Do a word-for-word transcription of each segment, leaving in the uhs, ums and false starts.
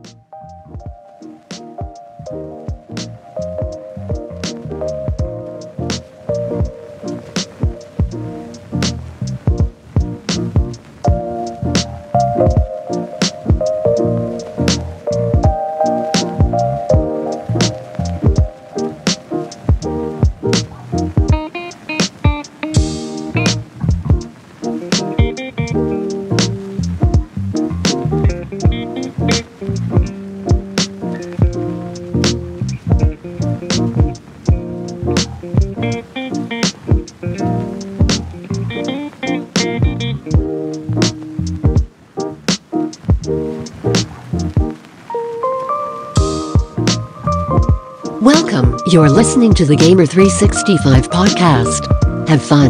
Welcome, you're listening to the Gamer three sixty-five podcast. Have fun.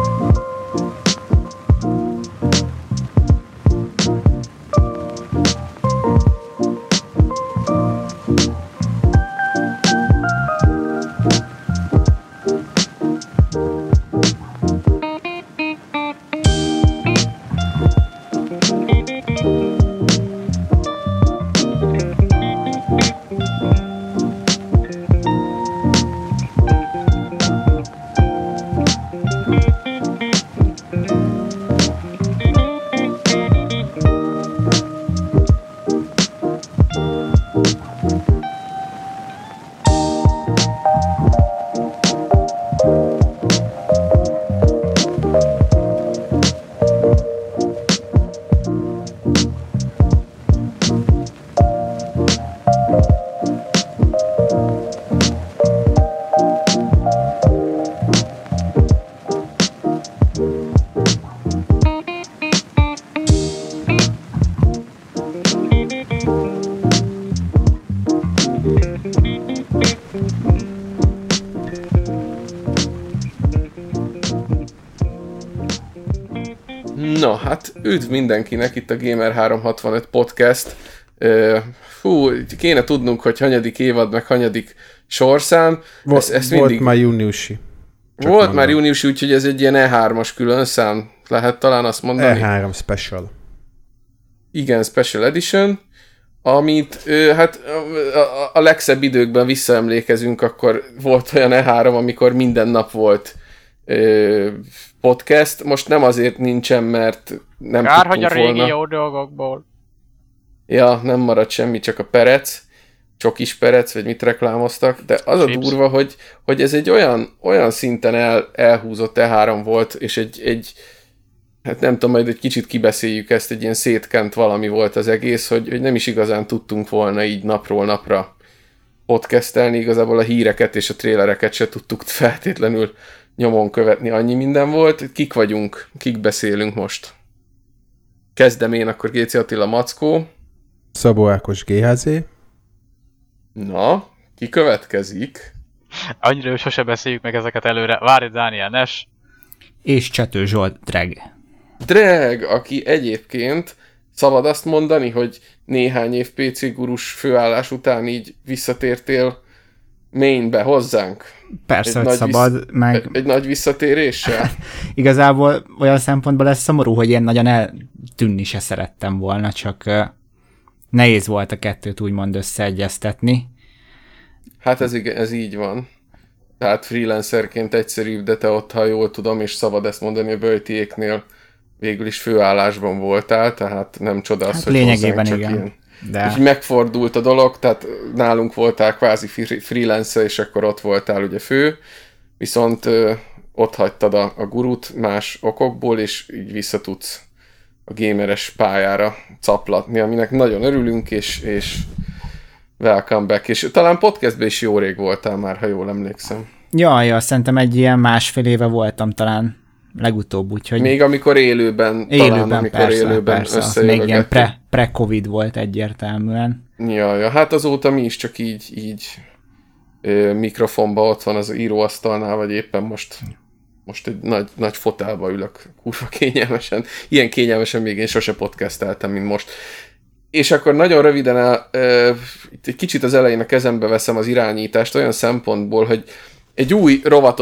No, hát üdv mindenkinek, itt a Gamer háromszázhatvanöt podcast. Uh, fú, kéne tudnunk, hogy hanyadik évad, meg hanyadik sorszám. Volt, ezt, ezt volt mindig... már júniusi. Csak volt mondom. Már júniusi, úgyhogy ez egy ilyen E hármas külön szám. Lehet talán azt mondani? E három Special. Igen, Special Edition. Amit, hát a, a legszebb időkben visszaemlékezünk, akkor volt olyan E három, amikor minden nap volt podcast. Most nem azért nincsen, mert nem Kár, tudtunk hogy a régi volna. jó dolgokból. Ja, nem maradt semmi, csak a perec. Csokis perec, vagy mit reklámoztak. De az Chips. A durva, hogy, hogy ez egy olyan, olyan szinten el, elhúzott E három volt, és egy, egy hát nem tudom, majd egy kicsit kibeszéljük ezt, egy ilyen szétkent valami volt az egész, hogy, hogy nem is igazán tudtunk volna így napról napra podcastelni, igazából a híreket és a trélereket se tudtuk feltétlenül nyomon követni, annyi minden volt. Kik vagyunk, kik beszélünk most? Kezdem én, akkor Géci Attila Mackó. Szabó Ákos gé há zé. Na, ki következik? Annyira, hogy sose beszéljük meg ezeket előre. Várj, Dániel Nes. És Csető Zsolt Dreg. Dreg, aki egyébként szabad azt mondani, hogy néhány év pé cé gurus főállás után így visszatértél mainbe hozzánk. Persze, egy hogy szabad, vissz... meg... Egy, egy nagy visszatéréssel? Igazából olyan szempontból lesz szomorú, hogy én nagyon eltűnni se szerettem volna, csak uh, nehéz volt a kettőt úgymond összeegyeztetni. Hát ez, ez így van. Tehát freelancerként egyszerűbb, de te ott, ha jól tudom, és szabad ezt mondani, a Böjtiéknél végül is főállásban voltál, tehát nem csoda az, hát hogy lényegében csak igen. ilyen. De... És megfordult a dolog, tehát nálunk voltál kvázi freelancer, és akkor ott voltál ugye fő, viszont ö, ott hagytad a, a gurut más okokból, és így visszatudsz a gameres pályára caplatni, aminek nagyon örülünk, és, és welcome back. És talán podcastben is jó rég voltál már, ha jól emlékszem. Ja, ja, szerintem egy ilyen másfél éve voltam talán legutóbb, úgyhogy... Még amikor élőben, élőben talán amikor persze, élőben persze, még ilyen pre, pre-covid volt egyértelműen. Ja, ja, hát azóta mi is csak így, így ö, mikrofonba ott van az íróasztalnál, vagy éppen most, most egy nagy, nagy fotelba ülök, kurva kényelmesen. Ilyen kényelmesen még én sose podcasteltem, mint most. És akkor nagyon röviden, el, ö, itt egy kicsit az elején a kezembe veszem az irányítást olyan szempontból, hogy egy új rovatot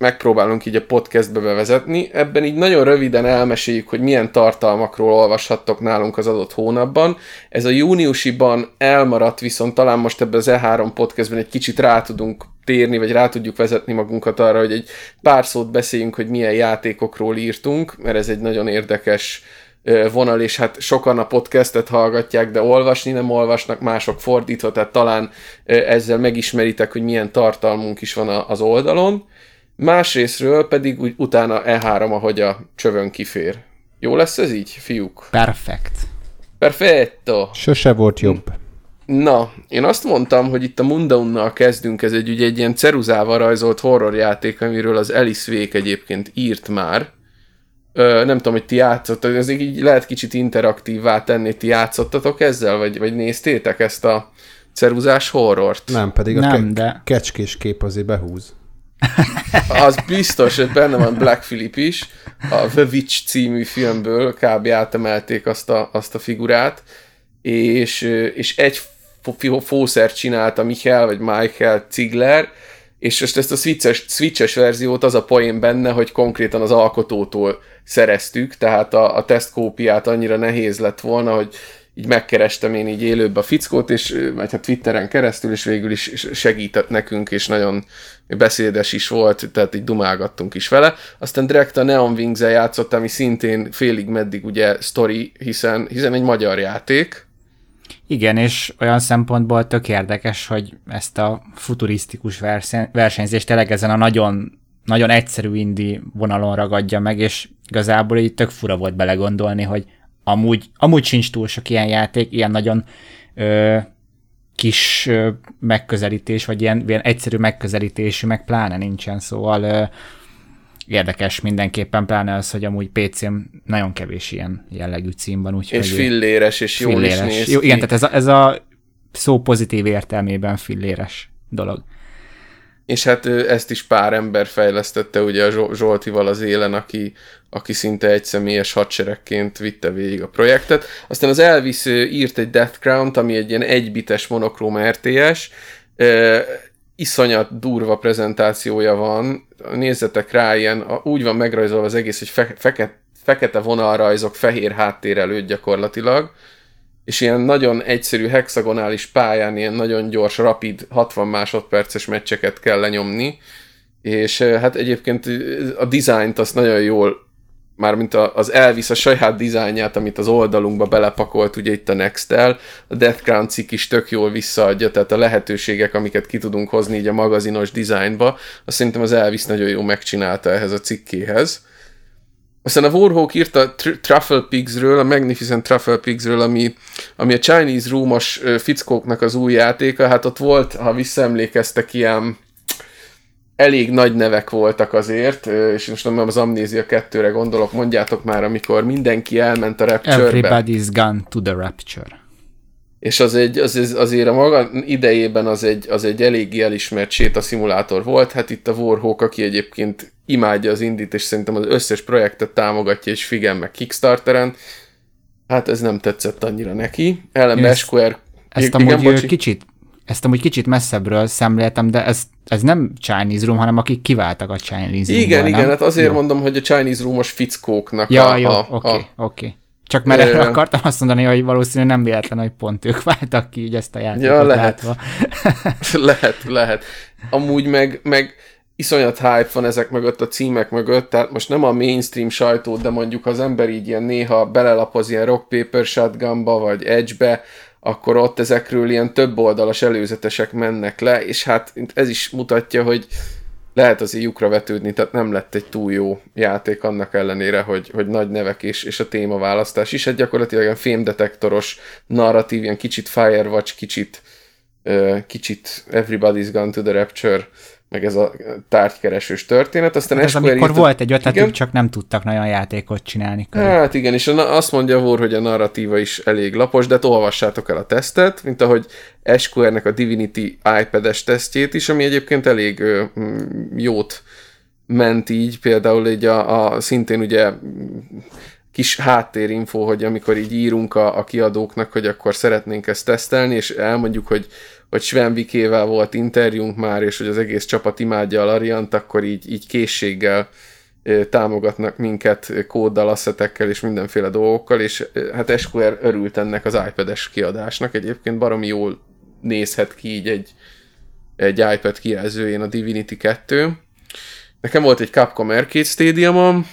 megpróbálunk így a podcastbe bevezetni. Ebben így nagyon röviden elmeséljük, hogy milyen tartalmakról olvashattok nálunk az adott hónapban. Ez a júniusiban elmaradt, viszont talán most ebben az E három podcastben egy kicsit rá tudunk térni, vagy rá tudjuk vezetni magunkat arra, hogy egy pár szót beszéljünk, hogy milyen játékokról írtunk, mert ez egy nagyon érdekes vonal, és hát sokan a podcastet hallgatják, de olvasni nem olvasnak, mások fordítva, tehát talán ezzel megismeritek, hogy milyen tartalmunk is van az oldalon. Másrésztről pedig úgy utána E három, ahogy a csövön kifér. Jó lesz ez így, fiúk? Perfekt. Perfetto. Sose volt jobb. Na, én azt mondtam, hogy itt a Mundaunnal kezdünk, ez egy, ugye egy ilyen ceruzával rajzolt horrorjáték, amiről az Alice Wake egyébként írt már. Ö, nem tudom, hogy ti játszottatok, ez így lehet kicsit interaktívvá tenni, ti játszottatok ezzel, vagy, vagy néztétek ezt a ceruzás horrort? Nem, pedig a nem, ke- de... kecskés kép azért behúz. Az biztos, hogy benne van Black Phillip is, a The Witch című filmből kb. Átemelték azt a, azt a figurát, és, és egy fószert csinálta Michael, vagy Michael Ziegler, és most ezt a switches, switches verziót az a poén benne, hogy konkrétan az alkotótól szereztük, tehát a, a tesztkópiát annyira nehéz lett volna, hogy így megkerestem én így élőbb a fickót, és vagy hát Twitteren keresztül, és végül is segített nekünk, és nagyon beszédes is volt, tehát így dumálgattunk is vele. Aztán direkt a Neon Wings-el játszottam, ami szintén félig meddig ugye sztori, hiszen, hiszen egy magyar játék. Igen, és olyan szempontból tök érdekes, hogy ezt a futurisztikus versenyzést tényleg ezen a nagyon, nagyon egyszerű indie vonalon ragadja meg, és igazából így tök fura volt belegondolni, hogy amúgy, amúgy sincs túl sok ilyen játék, ilyen nagyon ö, kis ö, megközelítés, vagy ilyen, ilyen egyszerű megközelítésű, meg pláne nincsen, szóval ö, érdekes mindenképpen, pláne az, hogy amúgy pé cén nagyon kevés ilyen jellegű cím van. Úgyhogy és filléres, és jól filléres. Is néz Jó, ki. igen, tehát ez a, ez a szó pozitív értelmében filléres dolog. És hát ezt is pár ember fejlesztette ugye a Zsoltival az élen, aki, aki szinte egyszemélyes hadseregként vitte végig a projektet. Aztán az Elvis írt egy Death Crown-t, ami egy ilyen egybites monokróm er té es. E, iszonyat durva prezentációja van. Nézzetek rá, ilyen, úgy van megrajzolva az egész, hogy fe, feke, fekete vonalrajzok fehér háttér előtt gyakorlatilag, és ilyen nagyon egyszerű hexagonális pályán ilyen nagyon gyors, rapid, hatvan másodperces meccseket kell lenyomni, és hát egyébként a dizájnt azt nagyon jól, mármint az Elvis a saját dizájnját, amit az oldalunkba belepakolt, ugye itt a Next-tel, a Death Crown cikk is tök jól visszaadja, tehát a lehetőségek, amiket ki tudunk hozni így a magazinos dizájnba, azt szerintem az Elvis nagyon jól megcsinálta ehhez a cikkéhez. Aztán a Warhawk írt a Truffle Pigsről, a Magnificent Truffle Pigsről, ami, ami a Chinese Room-os fickóknak az új játéka. Hát ott volt, ha visszaemlékeztek, ilyen elég nagy nevek voltak azért, és most nem az Amnézia kettőre gondolok, mondjátok már, amikor mindenki elment a Rapture-be. Everybody's gone to the Rapture. És az egy, az, azért a maga idejében az egy, az egy eléggé elismert sétaszimulátor volt. Hát itt a Warhawk, aki egyébként imádja az indit, és szerintem az összes projektet támogatja, és figyel meg Kickstarteren. Hát ez nem tetszett annyira neki. Ellenben Square... Ezt igen, amúgy bocsi? kicsit Ezt amúgy kicsit messzebbről szemléltem, de ez, ez nem Chinese Room, hanem akik kiváltak a Chinese Room-ból. Igen, igen, nem? hát azért jó. mondom, hogy a Chinese Room-os fickóknak ja, a... jó, oké, oké, okay, okay. Csak mert erre akartam azt mondani, hogy valószínűleg nem véletlen, hogy pont ők váltak ki így ezt a játékot ja, lehet. látva. lehet, lehet. Amúgy meg, meg iszonyat hype van ezek mögött, a címek mögött, tehát most nem a mainstream sajtó, de mondjuk az ember így ilyen néha belelapoz ilyen Rock Paper Shotgunba, vagy Edge-be, akkor ott ezekről ilyen több oldalas előzetesek mennek le, és hát ez is mutatja, hogy lehet azért lyukra vetődni, tehát nem lett egy túl jó játék annak ellenére, hogy, hogy nagy nevek és, és a témaválasztás is. Hát gyakorlatilag ilyen fémdetektoros narratív, ilyen kicsit Firewatch, kicsit, uh, kicsit Everybody's Gone to the Rapture, meg ez a tárgykeresős történet. Aztán ez amikor írt, volt egy ötletük, igen? Csak nem tudtak nagyon játékot csinálni. Körül. Hát igen, és azt mondja Vor, hogy a narratíva is elég lapos, de olvassátok el a tesztet, mint ahogy Square-nek a Divinity iPad-es tesztjét is, ami egyébként elég ö, jót ment így, például így a, a szintén ugye kis háttérinfo, hogy amikor így írunk a, a kiadóknak, hogy akkor szeretnénk ezt tesztelni, és elmondjuk, hogy, hogy Sven Vikével volt interjúnk már, és hogy az egész csapat imádja a Lariant, akkor így, így készséggel támogatnak minket kóddal, asszetekkel és mindenféle dolgokkal, és hát es kú er örült ennek az iPad-es kiadásnak. Egyébként baromi jól nézhet ki így egy, egy iPad kijelzőjén a Divinity kettő. Nekem volt egy Capcom Arcade Stadiumom,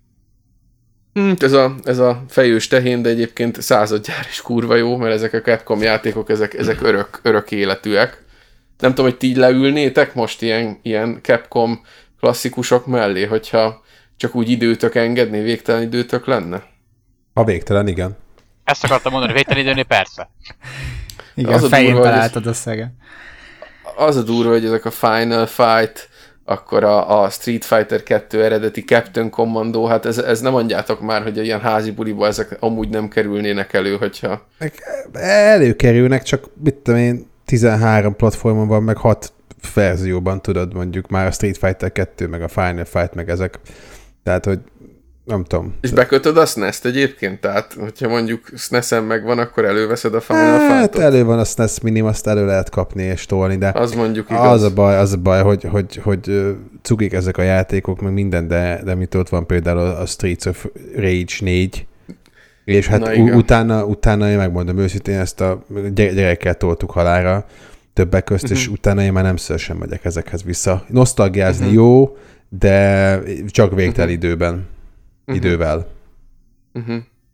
hm, ez, a, ez a fejős tehén, de egyébként századgyár is kurva jó, mert ezek a Capcom játékok, ezek, ezek örök, örök életűek. Nem tudom, hogy ti így leülnétek most ilyen, ilyen Capcom klasszikusok mellé, hogyha csak úgy időtök engedni, végtelen időtök lenne? Ha végtelen, igen. Ezt akartam mondani, végtelen időnél persze. Igen, az a fején durva, találtad a szege. Az a durva, hogy ezek a Final Fight, akkor a, a Street Fighter kettő eredeti Captain Commando, hát ez, ez nem mondjátok már, hogy ilyen házi buliba ezek amúgy nem kerülnének elő, hogyha... Előkerülnek, csak mit tudom én, tizenhárom platformon van, meg hat verzióban tudod, mondjuk már a Street Fighter kettő, meg a Final Fight, meg ezek. Tehát, hogy nem tudom. És bekötöd a es en e es-t egyébként? Tehát, hogyha mondjuk es en e es-en megvan, akkor előveszed a Final hát, Fight-ot? elő van a es en e es Minim, azt elő lehet kapni és tolni, de az mondjuk igaz. Az a baj, az a baj, hogy, hogy, hogy cukik ezek a játékok, meg minden, de, de mit ott van például a Streets of Rage négy, és hát u- utána, utána én megmondom őszintén, ezt a gyerekkel toltuk halálra, többek közt, uh-huh. és utána én már nem szívesen megyek ezekhez vissza. Nosztalgiázni uh-huh. jó, de csak végtelen uh-huh. időben. Uh-huh. Idővel. Uh-huh.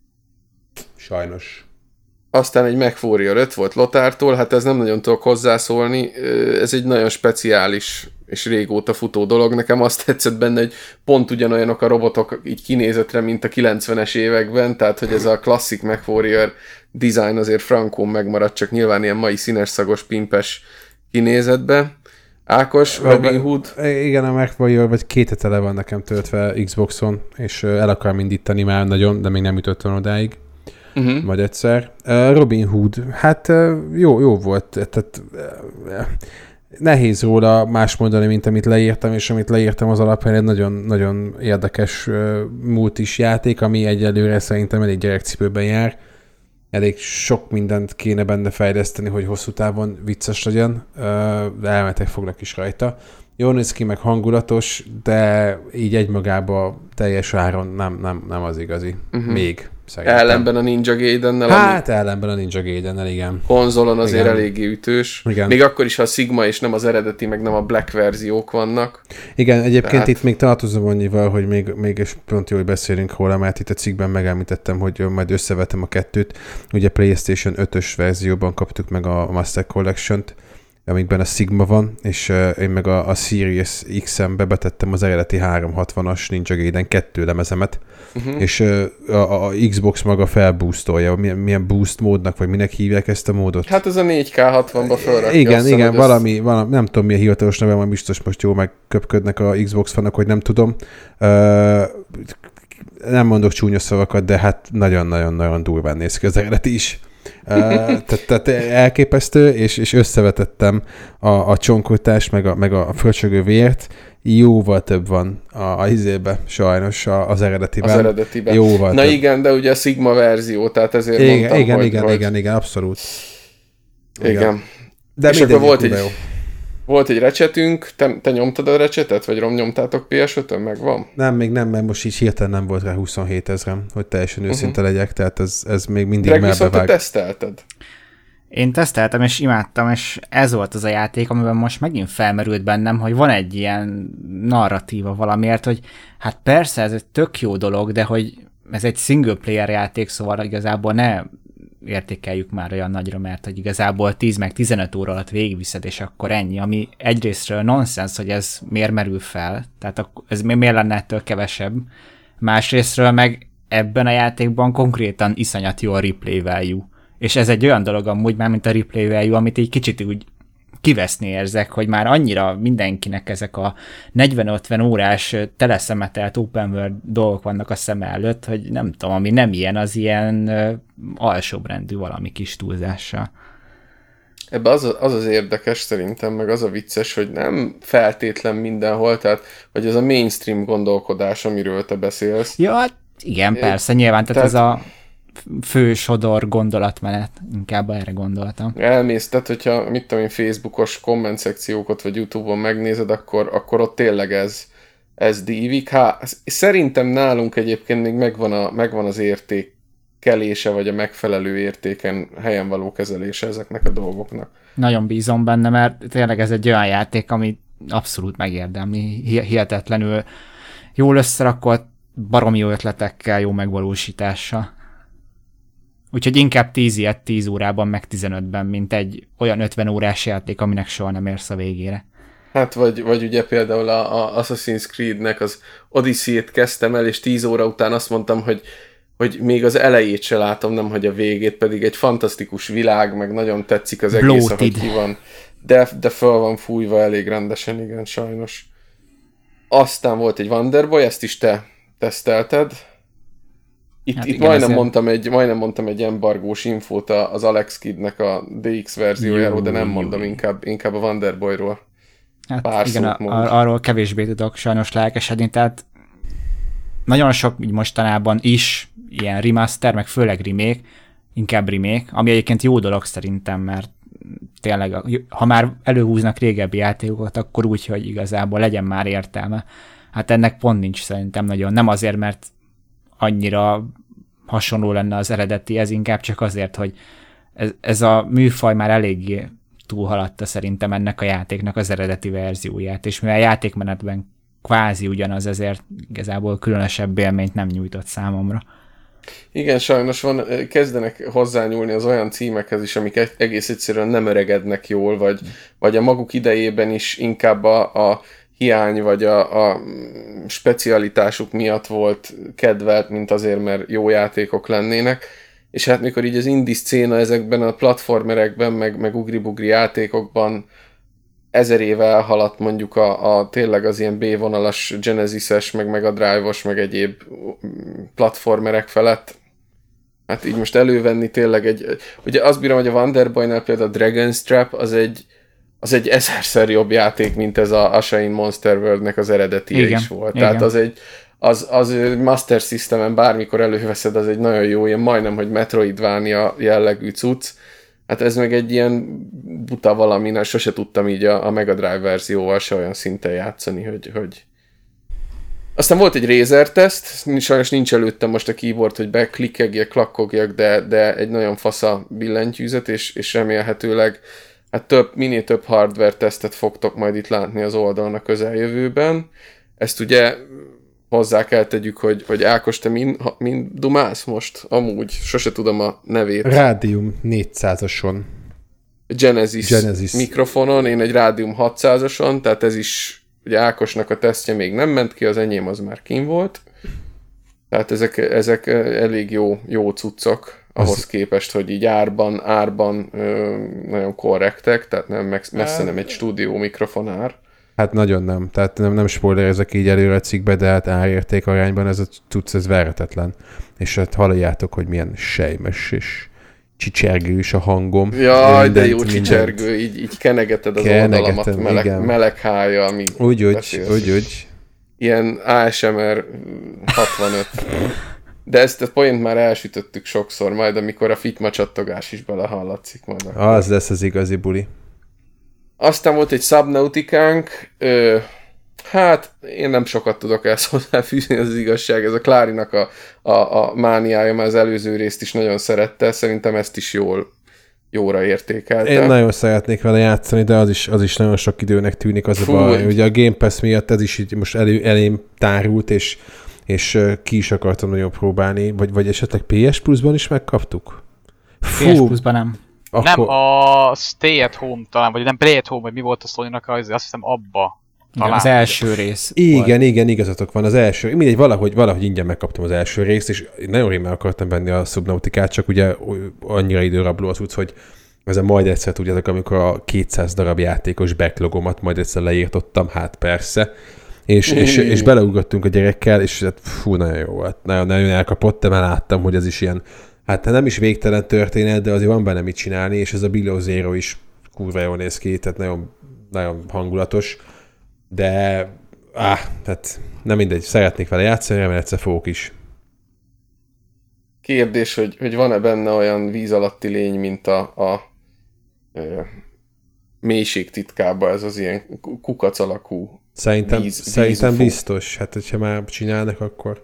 Sajnos. Aztán egy MechWarrior öt volt Lotártól, hát ez nem nagyon tudok hozzászólni, ez egy nagyon speciális és régóta futó dolog. Nekem azt tetszett benne, hogy pont ugyanolyanok a robotok így kinézetre, mint a kilencvenes években, tehát hogy ez a klasszik MechWarrior design azért frankón megmaradt, csak nyilván ilyen mai színes szagos pimpes kinézetbe. Ákos, Robin Hood. Igen, a MechWarrior vagy két hetele van nekem töltve Xboxon, és el akar indítani már nagyon, de még nem jutottam odáig. Uh-huh. Majd egyszer. Uh, Robin Hood, hát uh, jó, jó volt. Tehát, uh, nehéz róla más mondani, mint amit leírtam, és amit leírtam az alapján egy nagyon, nagyon érdekes uh, multis játék, ami egyelőre szerintem elég gyerekcipőben jár. Elég sok mindent kéne benne fejleszteni, hogy hosszú távon vicces legyen, uh, de elmetek fognak is rajta. Jól néz ki, meg hangulatos, de így egymagában teljes áron nem, nem, nem az igazi. Uh-huh. Még. Szerintem. Ellenben a Ninja Gaidennel. Hát ami... ellenben a Ninja Gaidennel, igen. Konzolon azért igen. eléggé ütős. Igen. Még akkor is, ha a Sigma és nem az eredeti, meg nem a Black verziók vannak. Igen, egyébként Tehát... itt még tartozom annyival, hogy még, még és pont jó, hogy beszélünk róla, mert itt a cikkben megemlítettem, hogy majd összevetem a kettőt. Ugye PlayStation ötös verzióban kaptuk meg a Master Collection-t, amikben a Sigma van, és uh, én meg a, a Series X-en bebetettem az eredeti háromszázhatvanas Ninja Gaiden kettő lemezemet, uh-huh. és uh, a, a Xbox maga felboostolja, milyen, milyen boost módnak, vagy minek hívják ezt a módot? Hát ez a négy ká hatvanba felrakja. Igen, azt igen, azt... valami, valami, nem tudom mi a hivatalos neve, majd biztos most jól megköpködnek a Xbox fanok, hogy nem tudom. Uh, nem mondok csúnya szavakat, de hát nagyon-nagyon-nagyon durván néz ki az eredeti is. uh, tehát, tehát elképesztő, és, és összevetettem a, a csonkotás, meg a, meg a fröcsögő vért, jóval több van a, a izébe, sajnos a, az eredetiben. Az eredetiben. Jóval Na több. Igen, de ugye a Sigma verzió, tehát ezért igen, mondtam, igen, hogy... Igen, hogy... igen, igen, abszolút. Igen. igen. De és akkor volt egy, jó. volt egy recsetünk, te, te nyomtad a recsetet, vagy rom nyomtátok pé es ötön, megvan? Nem, még nem, mert most így hirtelen nem volt rá huszonhét ezrem, hogy teljesen őszinte uh-huh. legyek, tehát ez, ez még mindig melbevág. melbevág. Viszont te tesztelted. Én teszteltem, és imádtam, és ez volt az a játék, amiben most megint felmerült bennem, hogy van egy ilyen narratíva valamiért, hogy hát persze ez egy tök jó dolog, de hogy ez egy single player játék, szóval igazából ne értékeljük már olyan nagyra, mert hogy igazából tíz meg tizenöt óra alatt végigviszed, és akkor ennyi, ami egyrésztről nonsens, hogy ez miért merül fel, tehát ez miért lenne ettől kevesebb, másrésztről meg ebben a játékban konkrétan iszonyat jó a replay value, és ez egy olyan dolog amúgy már, mint a replay value, amit így kicsit úgy kiveszni érzek, hogy már annyira mindenkinek ezek a negyven-ötven órás teleszemetelt open world dolgok vannak a szem előtt, hogy nem tudom, ami nem ilyen, az ilyen uh, alsóbrendű valami kis túlzással. Ebben az, az az érdekes szerintem, meg az a vicces, hogy nem feltétlen mindenhol, tehát hogy ez a mainstream gondolkodás, amiről te beszélsz. Ja, Igen, é, persze, nyilván, tehát, tehát ez a fő sodor gondolatmenet, inkább erre gondoltam. Elmész, tehát hogyha, mit tudom én, Facebookos komment szekciókat, vagy YouTube-on megnézed, akkor, akkor ott tényleg ez, ez dívik. Hát, szerintem nálunk egyébként még megvan, a, megvan az értékelése, vagy a megfelelő értéken helyen való kezelése ezeknek a dolgoknak. Nagyon bízom benne, mert tényleg ez egy olyan játék, ami abszolút megérdemli, hihetetlenül jól összerakott, baromi jó ötletekkel, jó megvalósítással. Úgyhogy inkább tíz ilyet tíz órában, meg tizenötben, mint egy olyan ötven órás játék, aminek soha nem érsz a végére. Hát vagy, vagy ugye például a, a Assassin's Creed-nek az Odyssey-t kezdtem el, és tíz óra után azt mondtam, hogy, hogy még az elejét se látom, nem hogy a végét, pedig egy fantasztikus világ, meg nagyon tetszik az egész, Bloated. ahogy ki van. De, de föl van fújva elég rendesen, igen, sajnos. Aztán volt egy Wonderboy, ezt is te tesztelted. Itt, hát itt igen, majdnem, mondtam egy, majdnem mondtam egy embargós infót az Alex Kiddnek a dé iksz verziójáról, jó, de nem jó, mondom, jó. Inkább, inkább a Wonderboyról. Hát pár igen, a, arról kevésbé tudok sajnos lelkesedni, tehát nagyon sok így mostanában is ilyen remaster, meg főleg remake, inkább remake, ami egyébként jó dolog szerintem, mert tényleg, ha már előhúznak régebbi játékokat, akkor úgy, hogy igazából legyen már értelme. Hát ennek pont nincs szerintem nagyon. Nem azért, mert annyira hasonló lenne az eredeti, ez inkább csak azért, hogy ez, ez a műfaj már eléggé túlhaladta szerintem ennek a játéknak az eredeti verzióját, és mivel a játékmenetben kvázi ugyanaz, ezért igazából különösebb élményt nem nyújtott számomra. Igen, sajnos van, kezdenek hozzányúlni az olyan címekhez is, amik egész egyszerűen nem öregednek jól, vagy, vagy a maguk idejében is inkább a, a hiány, vagy a, a specialitásuk miatt volt kedvelt, mint azért, mert jó játékok lennének. És hát mikor így az indie szcéna ezekben a platformerekben, meg, meg ugri-bugri játékokban ezer éve elhaladt mondjuk a, a tényleg az ilyen B-vonalas Genesis-es, meg Mega Drive-os, meg egyéb platformerek felett. Hát így most elővenni tényleg egy... Ugye azt bírom, hogy a Wonderboy-nál például a Dragon's Trap az egy, az egy ezerszer jobb játék, mint ez a Ashain Monster World-nek az eredetije is volt. Igen. Tehát az egy... Az, az Master Systemen bármikor előveszed, az egy nagyon jó, ilyen majdnem, hogy Metroidvania jellegű cucc. Hát ez meg egy ilyen buta valami, na, sose tudtam így a, a Mega Drive verzióval se olyan szinten játszani, hogy, hogy... Aztán volt egy Razer teszt, sajnos nincs előttem most a keyboard, hogy beklikkegjek, klakkogjak, de, de egy nagyon fasza billentyűzet, és, és remélhetőleg hát több, minél több hardware tesztet fogtok majd itt látni az oldalon a közeljövőben. Ezt ugye hozzá kell tegyük, hogy, hogy Ákos, te mind, mind dumálsz most? Amúgy, sose tudom a nevét. Rádium négyszázason. Genesis, Genesis mikrofonon, én egy Rádium hatszázason, tehát ez is, ugye Ákosnak a tesztje még nem ment ki, az enyém az már kín volt. Tehát ezek, ezek elég jó, jó cuccok ahhoz az... képest, hogy így árban, árban ö, nagyon korrektek, tehát nem messze nem egy stúdió mikrofon ár. Hát nagyon nem. Tehát nem, nem spoilerezek így előre a cikkbe, de hát árérték arányban ez a cucc, ez verhetetlen. És hát halljátok, hogy milyen sejmes és csicsergős a hangom. Jaj, mindent, de jó csicsergő, így, így kenegeted az kenegetem, oldalamat meleg, meleg hája, amíg úgy, úgy, úgy, úgy. Ilyen á es em er hatvanöt. De ezt a point már elsütöttük sokszor, majd amikor a fitma csattogás is belehallatszik majd. Akkor. Az lesz az igazi buli. Aztán volt egy Subnauticánk, ö, hát én nem sokat tudok ezt hozzáfűzni, ez az igazság, ez a Klárinak a, a, a mániája, már az előző részt is nagyon szerette, szerintem ezt is jól, jóra értékelte. Én nagyon szeretnék vele játszani, de az is, az is nagyon sok időnek tűnik, az Fú, a baj. Ugye a Game Pass miatt ez is így most elő, elém tárult, és, és ki is akartam nagyon próbálni, vagy, vagy esetleg pé es Plus-ban is megkaptuk? Fú, pé es Plus-ban nem. Akkor... Nem, a Stay at Home talán, vagy nem Play at Home, vagy mi volt a Sony-nak, azt hiszem abba. Talán. Az első rész. Igen, volt. igen, igazatok van, az első. Mindegy, valahogy, valahogy ingyen megkaptam az első részt, és nagyon rémel akartam venni a Subnauticát, csak ugye annyira időrabló az úgy, hogy ezen majd egyszer tudjátok, amikor a kétszáz darab játékos backlogomat majd egyszer leírtottam, hát persze. És, és, és beleugrottunk a gyerekkel, és hát fú, nagyon jó volt. Nagyon, nagyon elkapott, de már láttam, hogy ez is ilyen, hát nem is végtelen történet, de azért van benne mit csinálni, és ez a Below Zero is kurva jól néz ki, tehát nagyon, nagyon hangulatos. De, áh, tehát nem mindegy, szeretnék vele játszani, mert egyszer fogok is. kérdés, hogy, hogy van-e benne olyan víz alatti lény, mint a, a, a mélység titkában ez az ilyen kukac alakú Szerintem, víz, szerintem vízufó. biztos. Hát, hogyha már csinálnak, akkor...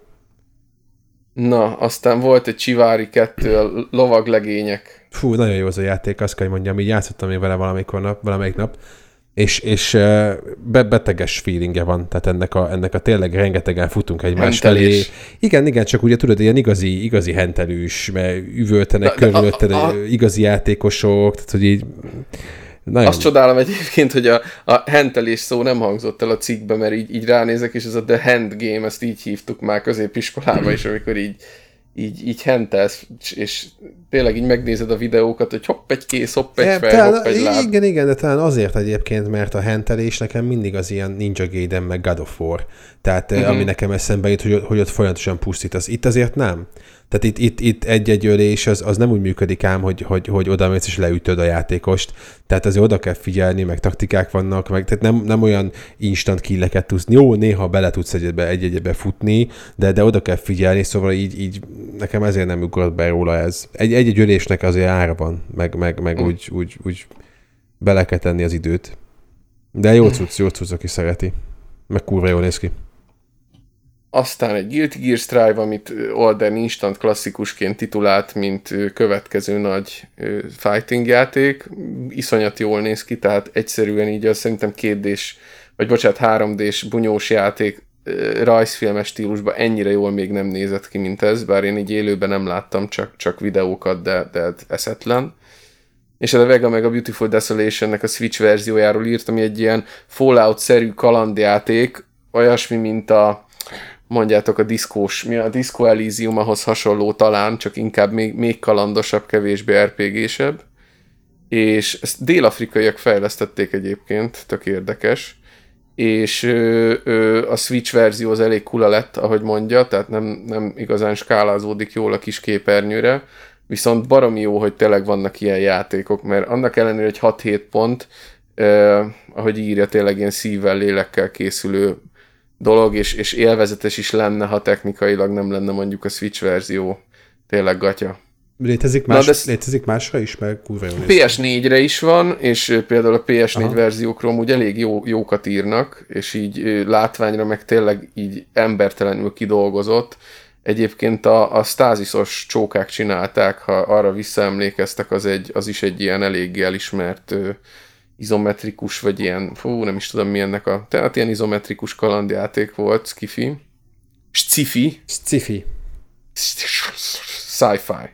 Na, aztán volt egy Csivári kettő, a lovaglegények. Fú, nagyon jó az a játék, azt kell, hogy mondjam, így játszottam én vele valamikor nap, valamelyik nap, és, és be, beteges feelingje van, tehát ennek a, ennek a tényleg rengetegen futunk egymás felé. Igen, igen, csak ugye tudod, ilyen igazi, igazi hentelős, mert üvöltenek körülötted, igazi játékosok, tehát hogy így... Nagyon. Azt csodálom egyébként, hogy a, a hentelés szó nem hangzott el a cikkbe, mert így, így ránézek, és ez a The Hand Game, ezt így hívtuk már középiskolában is, amikor így, így, így hentelsz, és tényleg így megnézed a videókat, hogy hopp egy kész, hopp egy fej, talán, hopp egy láb. Igen, igen, de talán azért egyébként, mert a hentelés nekem mindig az ilyen Ninja Gaiden, meg God of War. Tehát uh-huh. ami nekem eszembe jut, hogy, hogy ott folyamatosan pusztítasz. Itt azért nem. Tehát itt, itt, itt egy-egy ölés az, az nem úgy működik ám, hogy, hogy, hogy odamész és leütöd a játékost. Tehát azért oda kell figyelni, meg taktikák vannak, meg tehát nem, nem olyan instant killeket tudsz. Jó, néha bele tudsz egybe, egy-egybe futni, de, de oda kell figyelni, szóval így, így nekem ezért nem ugrott be róla ez. Egy, egy-egy ölésnek azért ára van, meg, meg, meg mm. úgy, úgy, úgy bele kell tenni az időt. De jó cucc, jó cucc, aki szereti. Meg kurva jól néz ki. Aztán egy Guilty Gear Strive, amit Alden instant klasszikusként titulált, mint következő nagy fighting játék. Iszonyat jól néz ki, tehát egyszerűen így azt szerintem két dés, vagy bocsánat, három dés bunyós játék rajzfilmes stílusban ennyire jól még nem nézett ki, mint ez, bár én így élőben nem láttam, csak, csak videókat, de, de eszetlen. És a Vega meg a Beautiful Desolation-nek a Switch verziójáról írt, ami egy ilyen Fallout-szerű kalandjáték, olyasmi, mint a mondjátok a diszkós, mi a Disco Elysium, ahhoz hasonló talán, csak inkább még, még kalandosabb, kevésbé er pé gésebb. És ezt dél-afrikaiak fejlesztették egyébként, tök érdekes. És ö, ö, a Switch verzió az elég kula lett, ahogy mondja, tehát nem, nem igazán skálázódik jól a kis képernyőre, viszont baromi jó, hogy tényleg vannak ilyen játékok, mert annak ellenére, hogy hat-hét pont, ö, ahogy írja, tényleg ilyen szívvel, lélekkel készülő dolog, és, és élvezetes is lenne, ha technikailag nem lenne mondjuk a Switch verzió tényleg gatya. Létezik, más, de létezik másra is, meg kurva jól pé es négyre is van, és például a pé es négy Aha. verziókról úgy elég jó, jókat írnak, és így látványra meg tényleg így embertelenül kidolgozott. Egyébként a, a stáziszos csókák csinálták, ha arra visszaemlékeztek, az, egy, az is egy ilyen eléggé elismert izometrikus, vagy ilyen, fú, nem is tudom mi ennek a, tehát ilyen izometrikus kalandjáték volt, skifi. Sci-fi. Sci-fi. Sci-fi.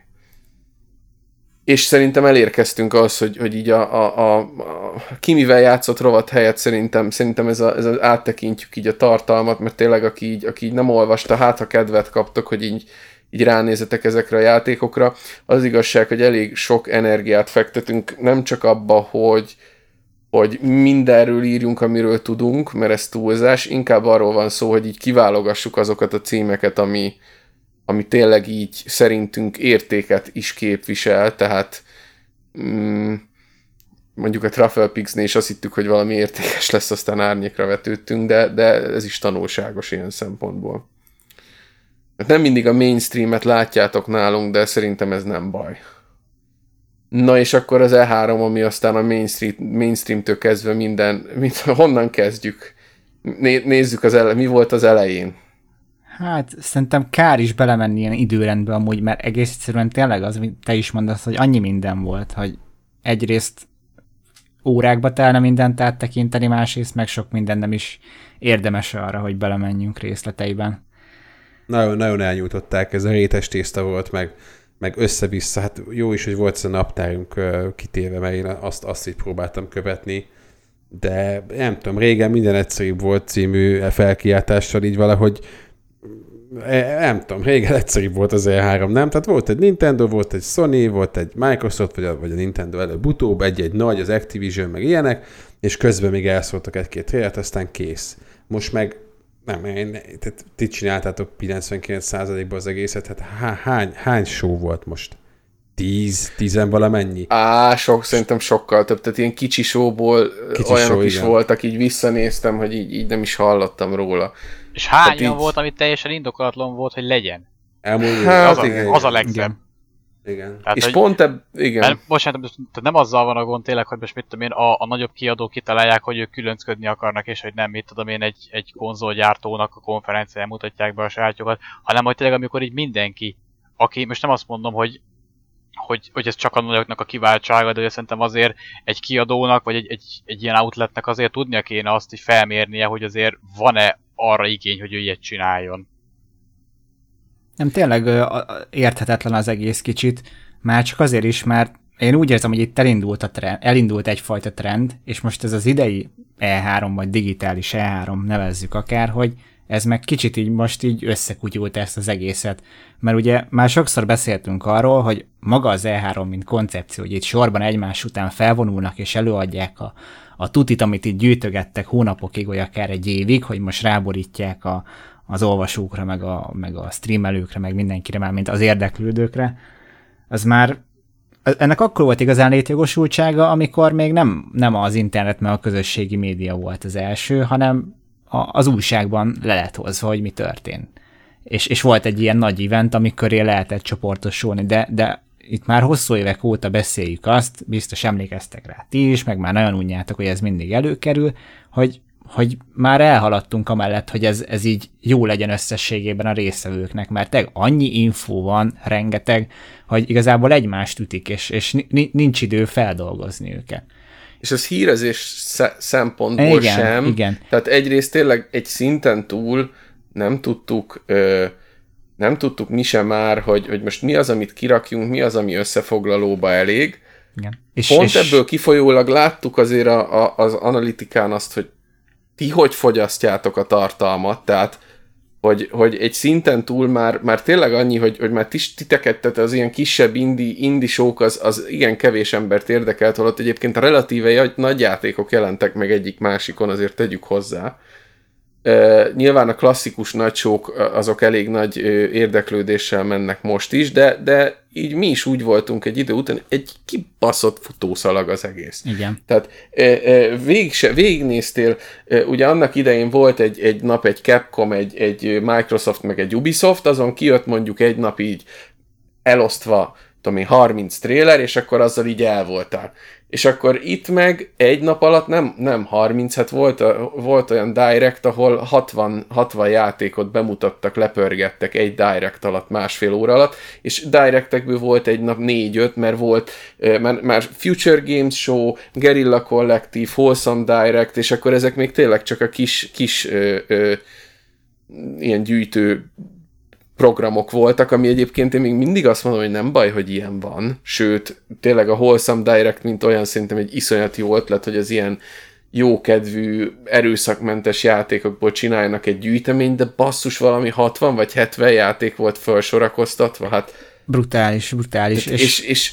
És szerintem elérkeztünk ahhoz, hogy, hogy így a, a, a, a ki mivel játszott rovat helyett szerintem, szerintem ez, a, ez a, áttekintjük így a tartalmat, mert tényleg aki így, aki így nem olvasta, hát ha kedvet kaptok, hogy így, így ránézetek ezekre a játékokra. Az igazság, hogy elég sok energiát fektetünk, nem csak abba, hogy hogy mindenről írjunk, amiről tudunk, mert ez túlzás, inkább arról van szó, hogy így kiválogassuk azokat a címeket, ami, ami tényleg így szerintünk értéket is képvisel, tehát mm, mondjuk a Truffle Pigs-nél is azt hittük, hogy valami értékes lesz, aztán árnyékra vetődtünk, de, de ez is tanulságos ilyen szempontból. Nem mindig a mainstreamet látjátok nálunk, de szerintem ez nem baj. Na és akkor az E három, ami aztán a mainstream, mainstreamtől kezdve minden, mind, honnan kezdjük? Né, nézzük az ele, mi volt az elején. Hát szerintem kár is belemenni ilyen időrendbe amúgy, mert egész egyszerűen tényleg az, amit te is mondasz, hogy annyi minden volt, hogy egyrészt órákba telne mindent áttekinteni, másrészt meg sok minden nem is érdemes arra, hogy belemenjünk részleteiben. Nagyon, nagyon elnyújtották, ez a rétes tészta volt, meg meg össze-vissza, hát jó is, hogy volt ez a naptárunk kitéve, mert én azt, azt így próbáltam követni, de nem tudom, régen minden egyszerűbb volt című felkiáltással, így valahogy nem tudom, régen egyszerűbb volt az E három, nem? Tehát volt egy Nintendo, volt egy Sony, volt egy Microsoft, vagy a, vagy a Nintendo előbb-utóbb, egy-egy nagy, az Activision, meg ilyenek, és közben még elszóltak egy-két trailet, aztán kész. Most meg nem, én, tehát ti csináltátok kilencvenkilenc százalékban az egészet, hát há, hány, hány show volt most? Tíz, tizen valamennyi? Á, sok, szerintem sokkal több, tehát ilyen kicsi showból kicsi olyanok show, is igen. voltak, így visszanéztem, hogy így, így nem is hallottam róla. És hány olyan így... volt, amit teljesen indokolatlan volt, hogy legyen? Elmúlt hát, az, a, igen, az a legszebb. Igen. igen. Tehát, és hogy, pont ebb, igen. Mert bocsánat, nem azzal van a gond tényleg, hogy most mit tudom én, a, a nagyobb kiadók kitalálják, hogy ők különcködni akarnak, és hogy nem, mit tudom én, egy, egy konzolgyártónak a konferencián mutatják be a sajátjukat, hanem hogy tényleg amikor így mindenki, aki, most nem azt mondom, hogy Hogy, hogy ez csak a nagyoknak a kiváltsága, de szerintem azért egy kiadónak, vagy egy, egy, egy ilyen outletnek azért tudnia kéne azt így felmérnie, hogy azért van-e arra igény, hogy ő ilyet csináljon. Nem, tényleg érthetetlen az egész kicsit, már csak azért is, mert én úgy érzem, hogy itt elindult, a trend, elindult egyfajta trend, és most ez az idei E három, vagy digitális E három, nevezzük akár, hogy ez meg kicsit így most így összekutyult ezt az egészet. Mert ugye már sokszor beszéltünk arról, hogy maga az E három, mint koncepció, hogy itt sorban egymás után felvonulnak és előadják a, a tutit, amit itt gyűjtögettek hónapokig, vagy akár egy évig, hogy most ráborítják a, az olvasókra, meg a, meg a streamelőkre, meg mindenkire, már mint az érdeklődőkre, az már ennek akkor volt igazán létjogosultsága, amikor még nem, nem az internet, meg a közösségi média volt az első, hanem az újságban le lett hozva, hogy mi történt. És, és volt egy ilyen nagy event, amikor lehetett csoportosulni, de, de itt már hosszú évek óta beszéljük azt, biztos emlékeztek rá ti is, meg már nagyon unjátok, hogy ez mindig előkerül, hogy, hogy már elhaladtunk amellett, hogy ez, ez így jó legyen összességében a résztvevőknek, mert teg annyi infó van, rengeteg, hogy igazából egymást ütik, és, és nincs idő feldolgozni őket. És az hírezés szempontból igen, sem. Igen. Tehát egyrészt tényleg egy szinten túl nem tudtuk, ö, nem tudtuk mi sem már, hogy, hogy most mi az, amit kirakjunk, mi az, ami összefoglalóba elég. Igen. És, Pont és... ebből kifolyólag láttuk azért a, a, az analitikán azt, hogy ti hogy fogyasztjátok a tartalmat, tehát hogy, hogy egy szinten túl már, már tényleg annyi, hogy, hogy már tis, titeket, tehát az ilyen kisebb indie, indie show-k, az, az igen kevés embert érdekelt, holott egyébként a relatíve nagy játékok jelentek meg egyik másikon, azért tegyük hozzá. Uh, nyilván a klasszikus nagy show-k azok elég nagy uh, érdeklődéssel mennek most is, de, de így mi is úgy voltunk egy idő után, egy kibaszott futószalag az egész. Igen. Tehát uh, uh, végig se, végignéztél, uh, ugye annak idején volt egy, egy nap egy Capcom, egy, egy Microsoft, meg egy Ubisoft, azon kijött mondjuk egy nap így elosztva, tudom én, harminc trailer, és akkor azzal így el voltál. És akkor itt meg egy nap alatt nem, nem harminc, hát volt, volt olyan direct, ahol hatvan, hatvan játékot bemutattak, lepörgettek egy direct alatt, másfél óra alatt, és directekből volt egy nap négy-öt, mert volt már, már Future Games Show, Guerrilla Collective, Wholesome Direct, és akkor ezek még tényleg csak a kis, kis ö, ö, ilyen gyűjtő programok voltak, ami egyébként én még mindig azt mondom, hogy nem baj, hogy ilyen van. Sőt, tényleg a Wholesome Direct, mint olyan, szerintem egy iszonyat jó ötlet, hogy az ilyen jókedvű, erőszakmentes játékokból csináljanak egy gyűjteményt, de basszus, valami hatvan vagy hetven játék volt felsorakoztatva, hát... Brutális, brutális. És, és, és,